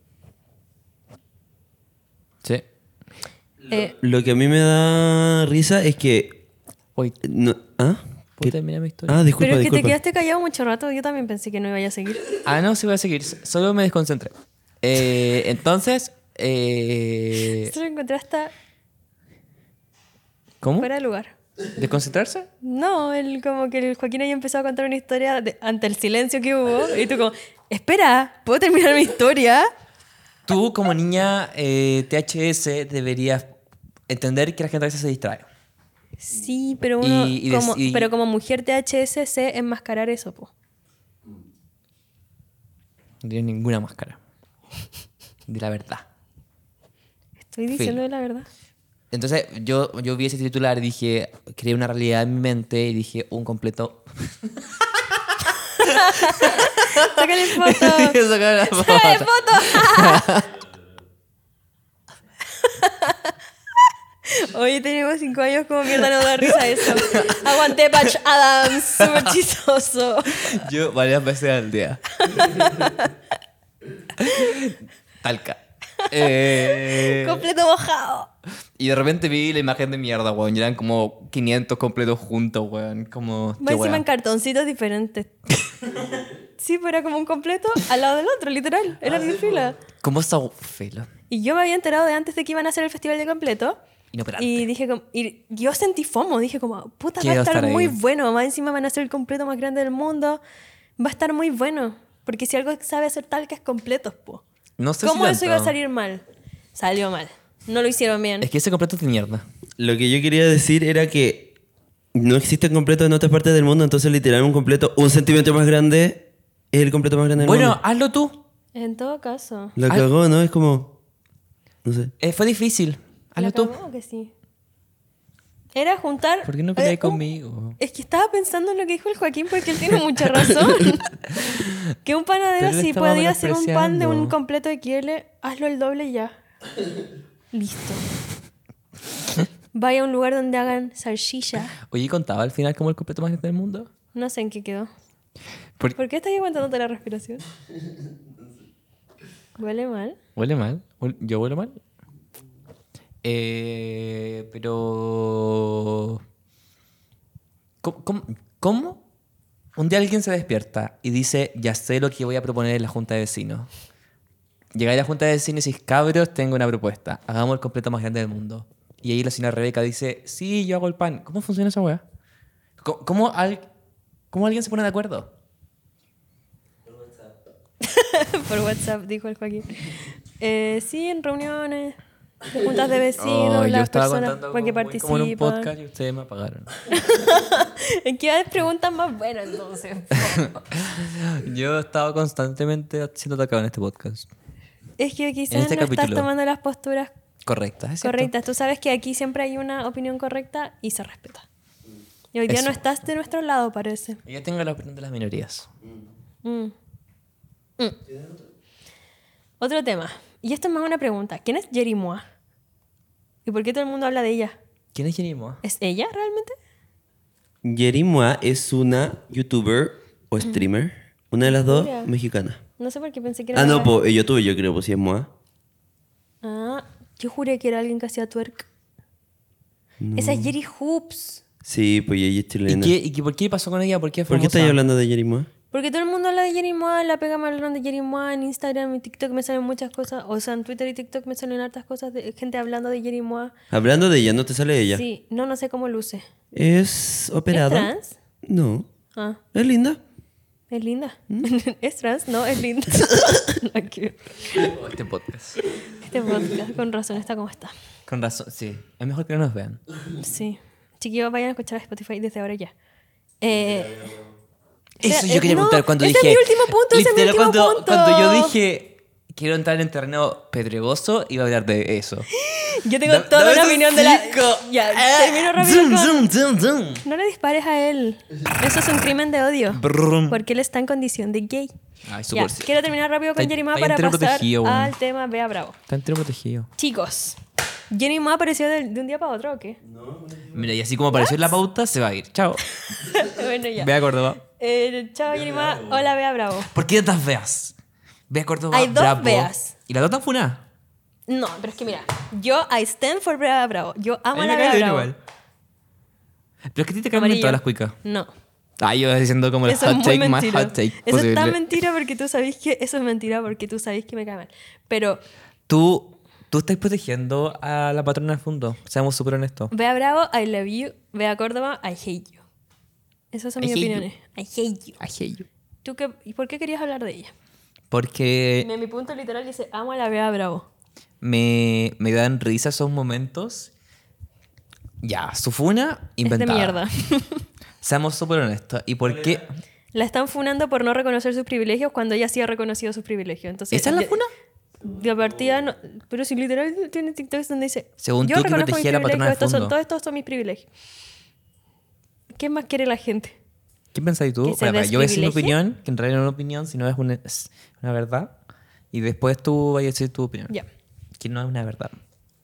Sí. Lo que a mí me da risa es que... Oye, No, ¿ah? ¿puedo ¿Qué? terminar mi historia? Ah, disculpa, Pero es que te disculpa. quedaste callado mucho rato. Yo también pensé que no iba a seguir. Ah, no, sí voy a seguir. Solo me desconcentré. Entonces, Esto lo encontré hasta ¿cómo? fuera de lugar. ¿Desconcentrarse? No, como que el Joaquín ahí empezó a contar una historia ante el silencio que hubo. Y tú como, espera, ¿puedo terminar mi historia? Tú, como niña THS, deberías entender que la gente a veces se distrae. Sí, pero uno, Y pero como mujer THS sé enmascarar eso, po. No tienes ninguna máscara. De la verdad. Estoy diciendo la verdad. Entonces, yo vi ese titular y dije, creé una realidad en mi mente y dije, un completo. Sácale foto. Sacar la ¡Sácale foto. foto! Hoy tenemos 5 años, como mierda no da risa eso. Aguanté Patch Adams, súper chistoso. Yo varias veces al día. Talca. Completo mojado. Y de repente vi la imagen de mierda, weón. Y eran como 500 completos juntos, weón. Como, Va qué encima en weón. cartoncitos diferentes. Sí, pero era como un completo al lado del otro, literal. Eran en fila. ¿Cómo está felo? Y yo me había enterado de antes de que iban a hacer el festival de completo. Inoperante. Y dije como, y yo sentí FOMO, dije como, puta, va Quiero a estar estar muy ahí. bueno, más encima van a ser el completo más grande del mundo, va a estar muy bueno, porque si algo sabe hacer tal que es completos, po. No sé ¿Cómo si eso iba a tanto. salir mal? Salió mal, no lo hicieron bien. Es que ese completo es de mierda. Lo que yo quería decir era que no existen completos en otras partes del mundo, entonces literal un completo, un centímetro más grande es el completo más grande del Bueno, mundo. hazlo tú. En todo caso. La cagó, ¿no? Es como... No sé. Fue difícil. Hazlo ¿La tú. cagó o que sí? Era juntar... ¿Por qué no peleas conmigo? Es que estaba pensando en lo que dijo el Joaquín porque él tiene mucha razón. Que un panadero, Pero él si estaba podía hacer un pan de un menospreciando. completo XL, hazlo el doble y ya. Listo. Vaya a un lugar donde hagan salchicha. Oye, ¿contaba al final como el completo más grande del mundo? No sé en qué quedó. Por- ¿Por qué estás aguantándote la respiración? ¿Huele mal? ¿Huele mal? ¿Yo huelo mal? Pero... ¿Cómo? Un día alguien se despierta y dice, ya sé lo que voy a proponer en la junta de vecinos. Llegáis a la junta de vecinos y decís, cabros, tengo una propuesta. Hagamos el completo más grande del mundo. Y ahí la señora Rebeca dice, sí, yo hago el pan. ¿Cómo funciona esa weá? ¿Cómo alguien se pone de acuerdo? Por WhatsApp, dijo el Joaquín. Sí, en reuniones. de juntas de vecinos, Oh, yo las estaba personas contando porque como, muy como en un participan. podcast y ustedes me apagaron. ¿En qué preguntas más buenas entonces? Yo estaba constantemente siendo atacado en este podcast. Es que quizás En este no estás capítulo. tomando las posturas Correcta, ¿es cierto? correctas. Tú sabes que aquí siempre hay una opinión correcta y se respeta. Y hoy día Eso. no estás de nuestro lado, parece. Yo tengo la opinión de las minorías. Mm. Mm. Otro tema. Y esto es más una pregunta. ¿Quién es Jerry Mois? ¿Y por qué todo el mundo habla de ella? ¿Quién es Jenny Moa? ¿Es ella realmente? Jerry Mois es una youtuber o streamer, una de las dos Mira. mexicana. No sé por qué pensé que era... Ah, no, la- pues youtuber yo creo, pues sí es Mois. Ah, yo juré que era alguien que hacía twerk. Esa es Jerry Hoops. Sí, pues ella es ¿Y, chilena. por qué pasó con ella? ¿Por qué es ¿Por qué famosa? estáis hablando de Jerry Mois? Porque todo el mundo habla de Jerry Mois, la pega mal hablando de Jerry Mois en Instagram y TikTok me salen muchas cosas. O sea, en Twitter y TikTok me salen hartas cosas de gente hablando de Jerry Mois. Hablando de ella, ¿no te sale ella? Sí, no sé cómo luce. ¿Es operada? ¿Es trans? No. Ah, ¿Es linda? es linda. ¿Es trans? No, es linda. No, que- Oh, este podcast. Este podcast, con razón, está como está. Con razón, sí. Es mejor que no nos vean. Sí. Chiquillos, vayan a escuchar a Spotify desde ahora ya. Eso Espera, yo quería no, preguntar cuando ese dije... es mi último punto, ese es mi literal, último punto. Cuando yo dije quiero entrar en terreno pedregoso, iba a hablar de eso. Yo tengo Da- toda dame una esos opinión de la... cinco. Ya, Ah, termino rápido zoom, con... zoom, zoom, zoom. No le dispares a él. Eso es un crimen de odio. Brum. Porque él está en condición de gay. Ay, Ya, súper. quiero terminar rápido con Está- Jerry Ma está para entero pasar protegido, weón. al tema Bea Bravo. Está entero protegido. Chicos, ¿Jerry Ma apareció de un día para otro o qué? Mira, y así como apareció en la pauta, se va a ir. Chao. Bueno, ya. Ve a Córdoba. Chao, Jerry Ma. Hola, Bea Bravo. ¿Por qué tantas veas? Ve a Córdoba. Hay dos bravo. Beas. ¿Y la dos tan funadas? No, pero es que mira, yo I stand for Bea Bravo. Yo amo A a mí la me Bea cae bien Bravo. igual. Pero es que a ti te cambian Amarillo. todas las cuicas. No. Ah, yo diciendo como el Eso es hot muy take más mentira. hot take Eso es tan posible. mentira porque tú sabes que... Eso es mentira porque tú sabes que me cae mal. Pero Tú estás protegiendo a la patrona del fondo. Seamos súper honestos. Bea Bravo, I love you. Bea Córdoba, I hate you. Esas son I mis hate you. opiniones. I hate you. I hate you. ¿Tú qué, ¿Y por qué querías hablar de ella? Porque Mi punto literal dice, amo a la Bea Bravo. me dan risa esos momentos. Ya, su funa Es inventada. de mierda. Seamos súper honestos. ¿Y por qué? La están funando por no reconocer sus privilegios cuando ella sí ha reconocido sus privilegios. Entonces, ¿Esa es la funa? De partida, no, pero si literal tiene TikToks donde dice, Según yo tú, que reconozco mis protegía a la patrona del privilegios, fondo. todos estos son mis privilegios. ¿Qué más quiere la gente? ¿Qué pensáis tú? ¿Que se Bueno, yo voy a decir mi desprivilegie? opinión, que en realidad no es una opinión, sino es una verdad. Y después tú vas a decir tu opinión. Ya. Que no es una verdad.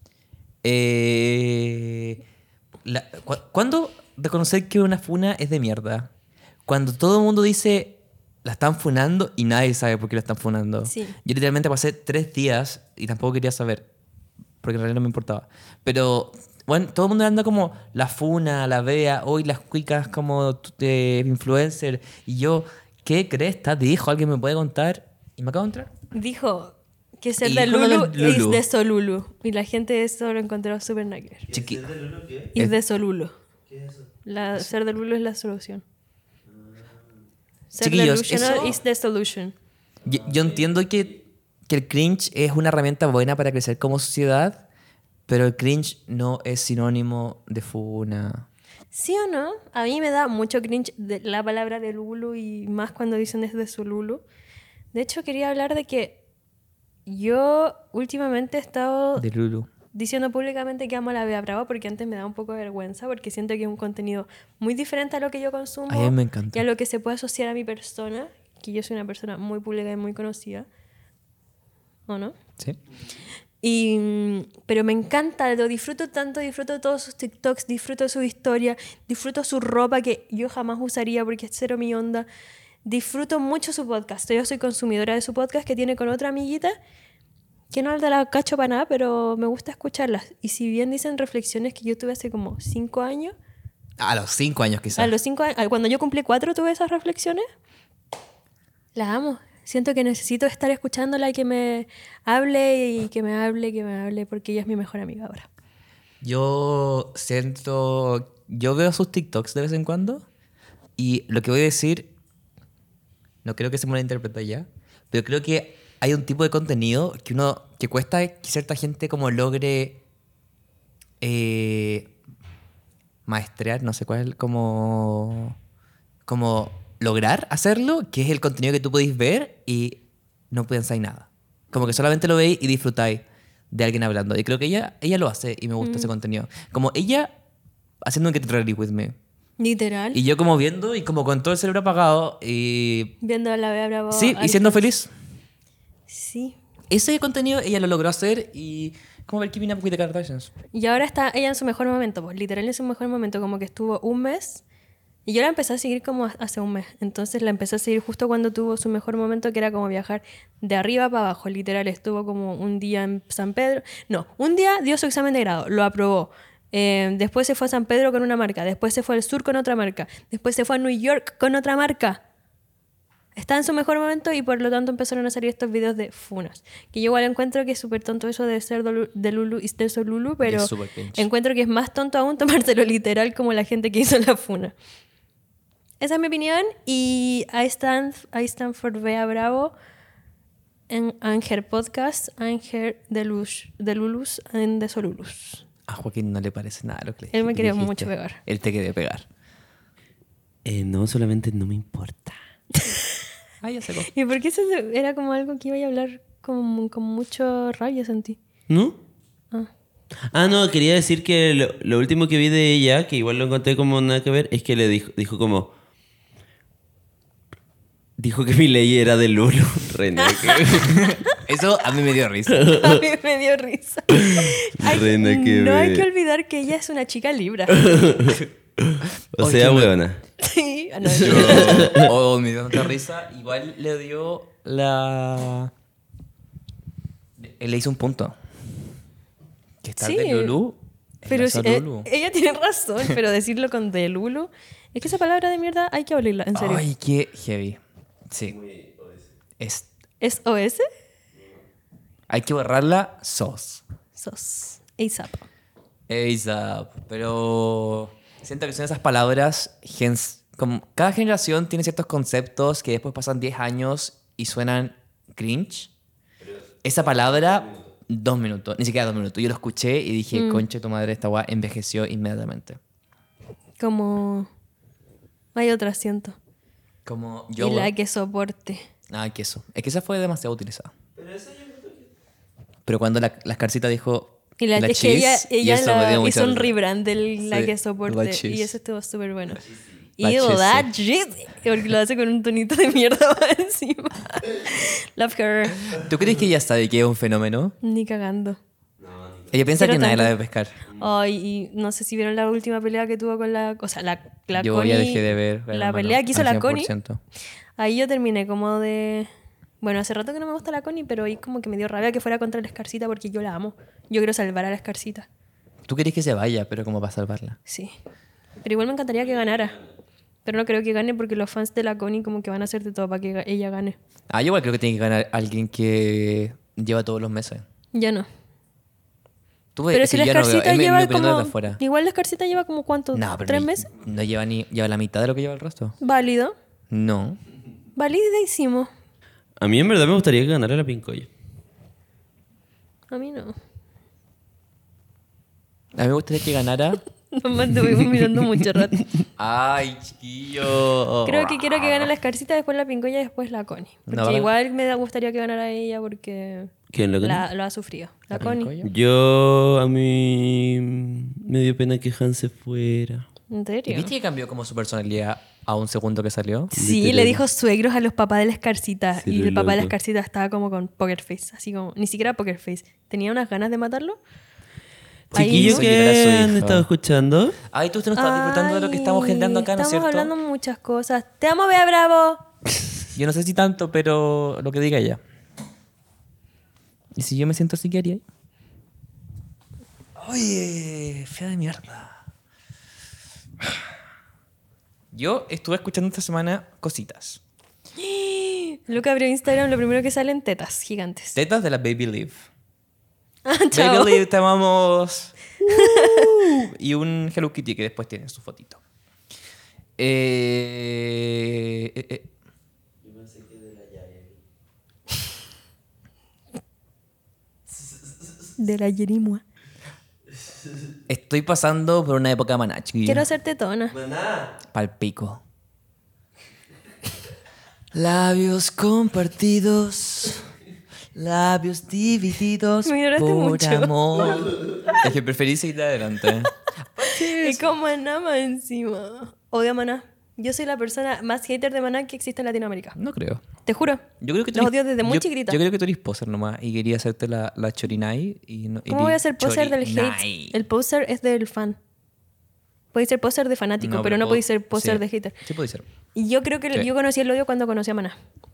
¿Cuándo reconocer que una funa es de mierda? Cuando todo el mundo dice la están funando y nadie sabe por qué la están funando. Sí. Yo literalmente pasé 3 días y tampoco quería saber, porque en realidad no me importaba. Pero bueno, todo el mundo anda como la funa, la vea, hoy las cuicas como influencer. Y yo, ¿qué cresta dijo? ¿Alguien me puede contar? Y me acabo de entrar. Dijo que ser Y de dijo lo Lulu del Lulu. es de Solulu. Y la gente eso lo encontró súper nugget. Chiqui. Es de Solulu. Ser de Lulu es la solución. Ser Chiquillos, delusional eso- is the solution. Yo entiendo que el cringe es una herramienta buena para crecer como sociedad, pero el cringe no es sinónimo de funa. ¿Sí o no? A mí me da mucho cringe la palabra de Lulu y más cuando dicen es de Solulu. De hecho, quería hablar de que yo últimamente he estado De Lulu. diciendo públicamente que amo a la Bea Bravo porque antes me da un poco de vergüenza porque siento que es un contenido muy diferente a lo que yo consumo A mí me encanta. y a lo que se puede asociar a mi persona, que yo soy una persona muy pública y muy conocida. ¿O no? ¿Sí? Pero me encanta, lo disfruto tanto, disfruto todos sus TikToks, disfruto su historia, disfruto su ropa que yo jamás usaría porque es cero mi onda. Disfruto mucho su podcast. Yo soy consumidora de su podcast que tiene con otra amiguita que no de la cacho para nada, pero me gusta escucharlas. Y si bien dicen reflexiones que yo tuve hace como 5 años, A los 5 años quizás. a los 5 años, cuando yo cumplí 4 tuve esas reflexiones, las amo. Siento que necesito estar escuchándola y que me hable y que me hable, porque ella es mi mejor amiga ahora. Yo veo sus TikToks de vez en cuando y lo que voy a decir, no creo que se malinterprete ya, pero creo que hay un tipo de contenido que cuesta que cierta gente como logre maestrear, no sé cuál, como lograr hacerlo, que es el contenido que tú podéis ver y no pensáis nada. Como que solamente lo veis y disfrutáis de alguien hablando. Y creo que ella lo hace y me gusta ese contenido. Como ella haciendo un Get Ready With Me. Literal. Y yo como viendo y como con todo el cerebro apagado y... Viendo a la Bea Bravo. Sí, y siendo feliz. Sí. Ese contenido ella lo logró hacer y... Como ver Keeping Up With The Kardashians. Y ahora está ella en su mejor momento, pues literal en su mejor momento, como que estuvo un mes. Y yo la empecé a seguir como hace un mes. Entonces la empecé a seguir justo cuando tuvo su mejor momento, que era como viajar de arriba para abajo. Literal, estuvo como un día en San Pedro. No, un día dio su examen de grado, lo aprobó. Después se fue a San Pedro con una marca. Después se fue al sur con otra marca. Después se fue a New York con otra marca. Está en su mejor momento y por lo tanto empezaron a salir estos videos de funas. Que yo igual encuentro que es súper tonto eso de ser de Lulu y ser Lulu, pero Es súper cringe. encuentro que es más tonto aún tomárselo literal como la gente que hizo la funa. Esa es mi opinión y I stand for Bea Bravo en her podcast, en her de Lulus and de Solulus. A Joaquín no le parece nada lo que le Él me quería dijiste. mucho pegar. Él te quería pegar. No, solamente no me importa. Ah, ya sacó. ¿Y por qué eso era como algo que iba a hablar con mucho rabia sentí? ¿No? Ah. No, quería decir que lo último que vi de ella, que igual lo encontré como nada que ver, es que le dijo como... Dijo que mi ley era de Lulu. Reina, Eso a mí me dio risa. A mí me dio risa. Reina, que no hay ve. que olvidar que ella es una chica libra. O Ay, sea, qué huevona. Sí, no, Me dio tanta risa. Igual le dio la... Él le hizo un punto. Que está Sí, de Lulu. pero sí, sí, ella tiene razón, pero decirlo con de Lulu, es que esa palabra de mierda hay que abrirla, en serio. Ay, qué heavy. Sí. Es, ¿Es OS? hay que borrarla sos. Sos. ASAP. ASAP. Pero siento que son esas palabras. Como cada generación tiene ciertos conceptos que después pasan 10 años y suenan cringe. Esa palabra, 2 minutos. Ni siquiera 2 minutos. Yo lo escuché y dije, conche tu madre, esta guay envejeció inmediatamente. Como... Hay otra, siento. Como Y yo. la que soporte. Ah, que eso. Es que esa fue demasiado utilizada. Pero cuando la Escarcita dijo. Y la, la es que ella, cheese, y eso me dio mucha hizo un risa. rebrand de la Sí, que la soporte. cheese. Y eso estuvo súper bueno. La Y cheese. that cheese. Porque lo hace con un tonito de mierda más encima. Love her. ¿Tú crees que ella sabe que es un fenómeno? Ni cagando. Ella piensa Quiero que nadie la tanto. debe pescar. Ay, y no sé si vieron la última pelea que tuvo con la... O sea, la Yo Connie... ya dejé de ver. La hermano, pelea que hizo al la Connie. 100%. Ahí yo terminé como de... Bueno, hace rato que no me gusta la Connie, pero ahí como que me dio rabia que fuera contra la Escarcita porque yo la amo. Yo quiero salvar a la Escarcita. Tú querés que se vaya, pero ¿cómo va a salvarla? Sí. Pero igual me encantaría que ganara. Pero no creo que gane porque los fans de la Connie como que van a hacer de todo para que ella gane. Ah, yo igual creo que tiene que ganar alguien que lleva todos los meses. Ya no. Tú Pero ves si que la yo no veo. Escarcita Es mi lleva opinión desde como... afuera. Igual la Escarcita lleva como ¿cuánto? No, pero ¿3 no, meses? no lleva la mitad de lo que lleva el resto. Válido. No. Validísimo. A mí en verdad me gustaría que ganara la Pincoya. A mí no. A mí me gustaría que ganara. Nos mantuvimos mirando mucho rato. Ay, chiquillo. Creo que quiero que gane la Escarcita, después la Pincoya y después la Connie. Porque No, igual me gustaría que ganara ella porque ¿Quién lo ganó? lo ha sufrido. La ¿La Connie. Pincoya? Yo, a mí me dio pena que Han se fuera. ¿En ¿Y serio? viste que cambió como su personalidad a un segundo que salió? Sí, Literal. le dijo suegros a los papás de la Escarcita. Sí, y re el papá de la loco. Escarcita estaba como con poker face. Así como, ni siquiera poker face. Tenía unas ganas de matarlo. Ahí Chiquillos hizo que llorar a su han hija. estado escuchando. Ay, tú no estás disfrutando de lo que estamos generando acá, ¿no es cierto? Estamos hablando muchas cosas. Te amo, Bea Bravo. Yo no sé si tanto, pero lo que diga ella. ¿Y si yo me siento así, qué haría? Oye, fea de mierda. Yo estuve escuchando esta semana cositas. Luca abrió Instagram, lo primero que salen tetas gigantes. Tetas de la Baby Live. Ah, chao. Baby Live, te amamos. Y un Hello Kitty que después tiene su fotito. De la Yerimua. Estoy pasando por una época maná, chiquillo. Quiero ser tetona. Palpico. Labios compartidos, labios divididos Me ignoraste por mucho. amor. Es que preferí seguir adelante. Y con Maná más encima. Odio a Maná. Yo soy la persona más hater de Maná que existe en Latinoamérica. No creo. Te juro. Yo creo que tú Los eres- odio desde muy yo- chiquitita. Yo creo que tú eres poser nomás y quería hacerte la chorinai. Y no, ¿Cómo voy a ser poser del hate? chorinai. El poser es del fan. Podéis ser poser de fanático, pero no po- podéis ser poser sí. de hater. Sí, puede ser. Y yo creo que Sí. yo conocí el odio cuando conocí a Maná.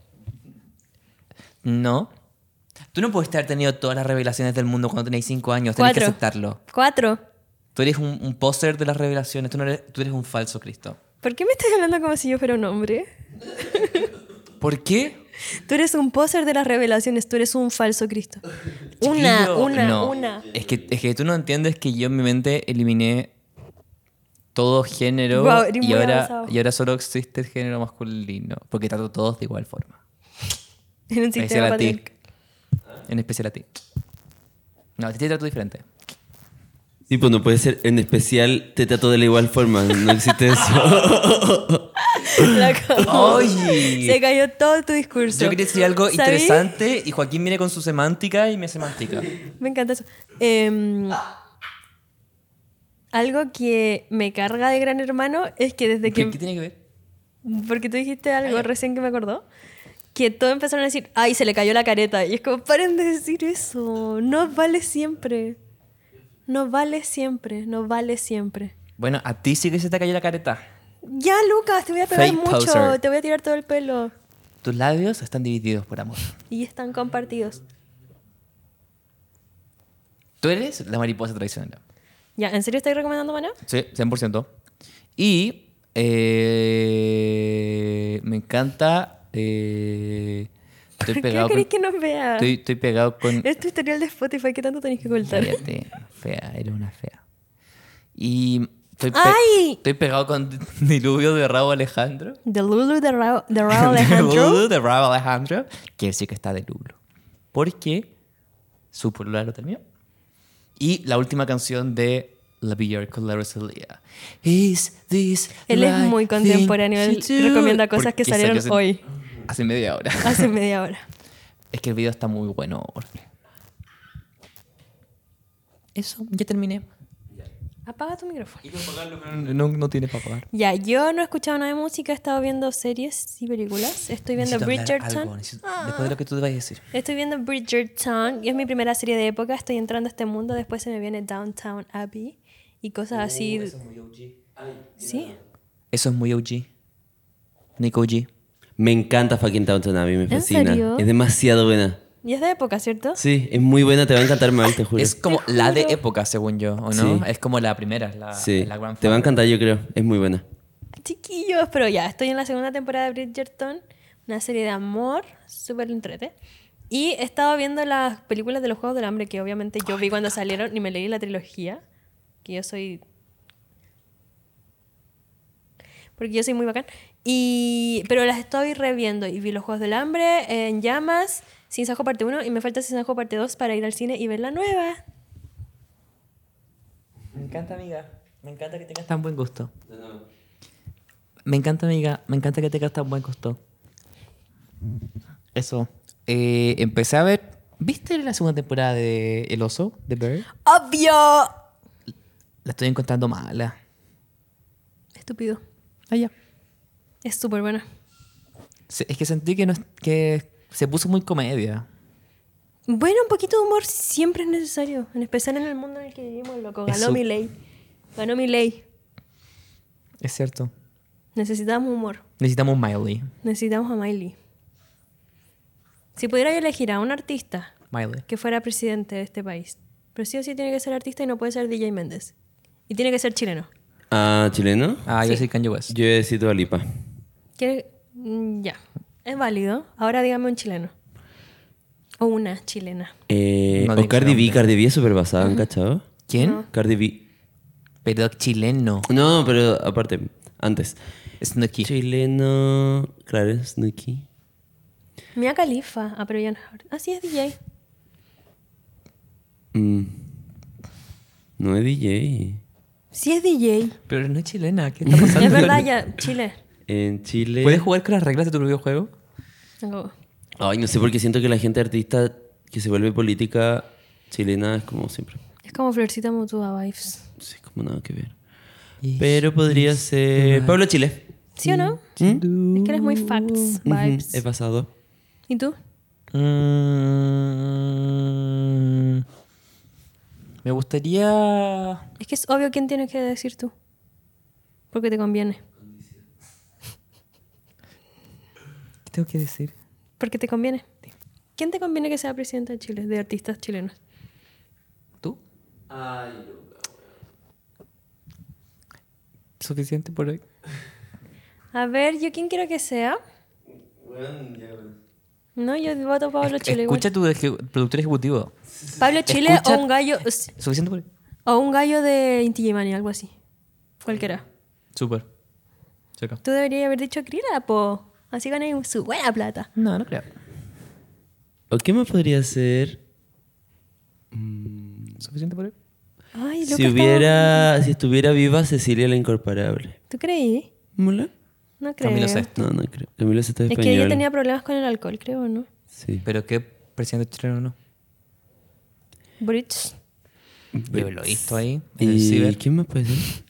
No. Tú no puedes haber tenido todas las revelaciones del mundo cuando tenéis 5 años. Tenés que 4. aceptarlo. 4. Tú eres un poser de las revelaciones. Tú eres un falso Cristo. ¿Por qué me estás hablando como si yo fuera un hombre? ¿Por qué? Tú eres un poser de las revelaciones, tú eres un falso Cristo. Chiquillo, no. Una. Es que tú no entiendes que yo en mi mente eliminé todo género Guau, eres muy y avanzado. ahora solo existe el género masculino. Porque trato a todos de igual forma. En un En sistema especial a ti. patriarcal. En especial a ti. No, a ti te trato diferente. Sí, pues no puede ser. En especial te trato de la igual forma. No existe eso. La cagó. Oye. Se cayó todo tu discurso. Yo quería decir algo ¿Sabí? interesante y Joaquín viene con su semántica y me semántica. Me encanta eso. Algo que me carga de Gran Hermano es que desde ¿Qué que... tiene que ver? Porque tú dijiste algo recién que me acordó. Que todos empezaron a decir, ay, se le cayó la careta. Y es como, paren de decir eso. No vale siempre. No vale siempre. No vale siempre. Bueno, a ti sí que se te cayó la careta. Ya, Lucas, te voy a pegar Fake mucho. poser. Te voy a tirar todo el pelo. Tus labios están divididos por amor. Y están compartidos. Tú eres la mariposa traicionera. Ya, ¿en serio estáis recomendando Maná? Sí, 100%. Y me encanta... estoy ¿Por qué pegado queréis con... que nos vea? Estoy pegado con... Es tu historial de Spotify, ¿qué tanto tenéis que ocultar? Cállate, fea, eres una fea. Y ¡Ay! estoy pegado con Diluvio de Raúl Alejandro. The Lulu de Raúl Alejandro. Diluvio de Raúl Alejandro, que él sí que está de Lulu. Porque su polola lo terminó. Y la última canción de La Villar con la Rosalía. Is this Él es right muy contemporáneo, thing él to do? recomienda cosas que Porque salieron salió hoy. Hace media hora. Hace media hora. Es que el video está muy bueno, Orfe. Eso, ya terminé. Apaga tu micrófono. No tiene para pagar. Ya, yo no he escuchado nada de música, he estado viendo series y películas. Estoy viendo Bridgerton. Después de lo que tú te vayas a decir. Estoy viendo Bridgerton y es mi primera serie de época. Estoy entrando a este mundo. Después se me viene Downtown Abbey y cosas así. ¿Sí? Eso es muy OG. Nico OG. Me encanta fucking Downton Abbey, me fascina. serio? Es demasiado buena. Y es de época, ¿cierto? Sí, es muy buena, te va a encantar mal, te juro. Es como la de época, según yo, ¿o no? Sí. Es como la primera, la Sí, Grandfather. te va a encantar, yo creo. Es muy buena. Chiquillos, pero ya, estoy en la segunda temporada de Bridgerton, una serie de amor, súper entrete. Y he estado viendo las películas de los Juegos del Hambre, que obviamente yo vi cuando salieron y me leí la trilogía, que yo soy... Porque yo soy muy bacán. Pero las estoy reviendo y vi los Juegos del Hambre en llamas, Sin Sajo parte 1 y me falta Sin Sajo parte 2 para ir al cine y ver la nueva. Me encanta, amiga. Me encanta que tengas tan buen gusto. Me encanta, amiga. Me encanta que tengas tan buen gusto. Eso. Empecé a ver... ¿Viste la segunda temporada de El Oso? De Bear. ¡Obvio! La estoy encontrando mala. Estúpido. Ah, ya. Es súper buena. Es que sentí que se puso muy comedia. Bueno, un poquito de humor siempre es necesario, en especial en el mundo en el que vivimos, loco. Ganó Eso. mi ley. Ganó mi ley. Es cierto. Necesitamos humor. Necesitamos Miley. Necesitamos a Miley. Si pudiera yo elegir a un artista Miley. que fuera presidente de este país, pero sí o sí tiene que ser artista y no puede ser DJ Méndez. Y tiene que ser chileno. Ah, ¿chileno? Ah, yo Sí. soy Kanye West. Yo necesito a Lipa. Ya. Es válido. Ahora dígame un chileno. O una chilena. No O digas Cardi B. nombre. Cardi B es súper basada, ¿han cachado? ¿Quién? No. Cardi B. Pero chileno. No, pero aparte, antes. Snooki. Chileno. Claro, Snooki. Mia Khalifa. Ah, pero ya no. Ah, sí, es DJ. No es DJ. Sí es DJ. Pero no es chilena. ¿Qué está pasando? Es verdad, ya, Chile. En Chile... ¿Puedes jugar con las reglas de tu propio juego? Tengo- Ay, no sé por qué siento que la gente artista que se vuelve política chilena es como siempre. Es como Florcita Mutua Vibes. Sí, como nada que ver. Pero podría ser... Pablo Chile. ¿Sí o no? ¿Mm? Es que eres muy facts, vibes. He pasado. ¿Y tú? Me gustaría... Es que es obvio quién tienes que decir tú. Porque te conviene. ¿Qué tengo que decir? Porque te conviene. ¿Quién te conviene que sea presidente de Chile, de artistas chilenos? ¿Tú? ¿Suficiente por hoy? A ver, ¿yo quién quiero que sea? No, yo voto Pablo Chile igual. Escucha tu productor ejecutivo. Pablo Chile escucha- o un gallo... ¿Suficiente por hoy? O un gallo de Inti Illimani, algo así. Cualquiera. Súper. Cerca. Tú deberías haber dicho Krila, po. Así gané su buena plata. No, no creo. ¿O qué más podría ser? ¿Suficiente por hoy? Ay, Si estuviera viva Cecilia la Incomparable. ¿Tú creí? ¿Mola? No creo. Camilo VI. No, no creo. Camilo VI es Es que español. ella tenía problemas con el alcohol, creo, ¿no? Sí. ¿Pero qué presidente chileno no? Boric. Yo lo he visto ahí, en el ¿Y ciber. quién más puede ser?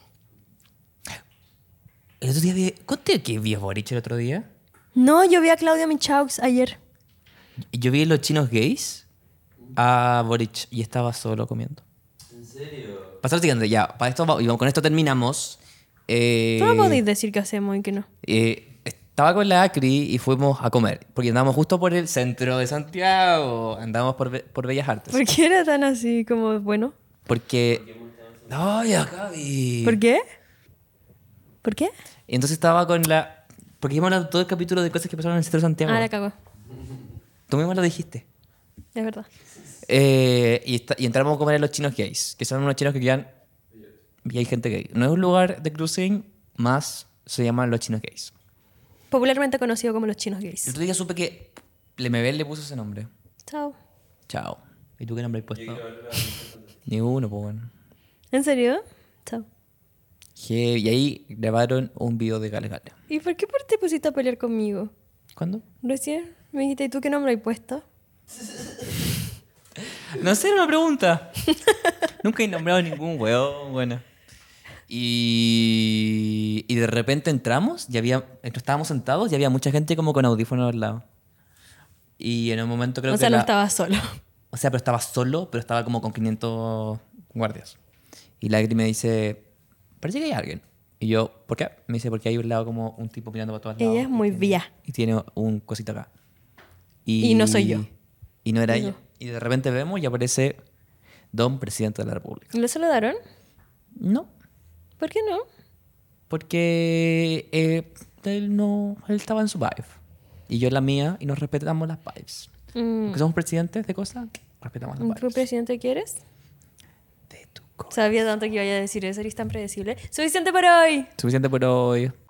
El otro día vi... ¿Conté que vi a Boric el otro día? No, yo vi a Claudia Michaux ayer. Yo vi los chinos gays a Boric y estaba solo comiendo. ¿En serio? Pasa lo siguiente, ya, para esto, y con esto terminamos. Tú no podéis decir qué hacemos y qué no. Estaba con la Acri y fuimos a comer, porque andábamos justo por el centro de Santiago, andábamos por Bellas Artes. ¿Por qué era tan así como bueno? Porque... ¡Ay, acá vi! ¿Por qué? ¿Por qué? Y entonces estaba con la... Porque hemos hablado todo el capítulo de cosas que pasaron en el centro de Santiago. Ah, la cagó. Tú mismo lo dijiste. Es verdad. Y entramos a comer a los chinos gays, que son unos chinos que quedan... Y hay gente gay. No es un lugar de cruising, más se llaman los chinos gays. Popularmente conocido como los chinos El gays. otro día supe que Lemebel le puso ese nombre. Chao. Chao. ¿Y tú qué nombre has puesto? Ninguno, pues bueno. ¿En serio? Chao. Y ahí grabaron un video de Gale Gale. ¿Y por qué te pusiste a pelear conmigo? ¿Cuándo? Recién me dijiste, ¿y tú qué nombre has puesto? No sé, era una pregunta. Nunca he nombrado ningún hueón, bueno. Y de repente entramos y estábamos sentados y había mucha gente como con audífonos al lado. Y en un momento creo O que sea, no estaba solo. O sea, pero estaba solo, pero estaba como con 500 guardias. Y la Gri me dice, parece que hay alguien. Y yo, ¿por qué? Me dice, porque hay un lado como un tipo mirando para todos lados. Ella es muy vía. Y tiene un cosito acá. Y no soy yo. Y no era No. ella. Y de repente vemos y aparece Don Presidente de la República. ¿Lo saludaron? No, ¿Por qué no? porque él estaba en su vibe. Y yo en la mía, y nos respetamos las vibes. Porque somos presidentes de cosas, respetamos las ¿Tú vibes. presidente quieres? De tu corazón. Sabía tanto que iba a decir eso, eres tan predecible. Suficiente por hoy. Suficiente por hoy.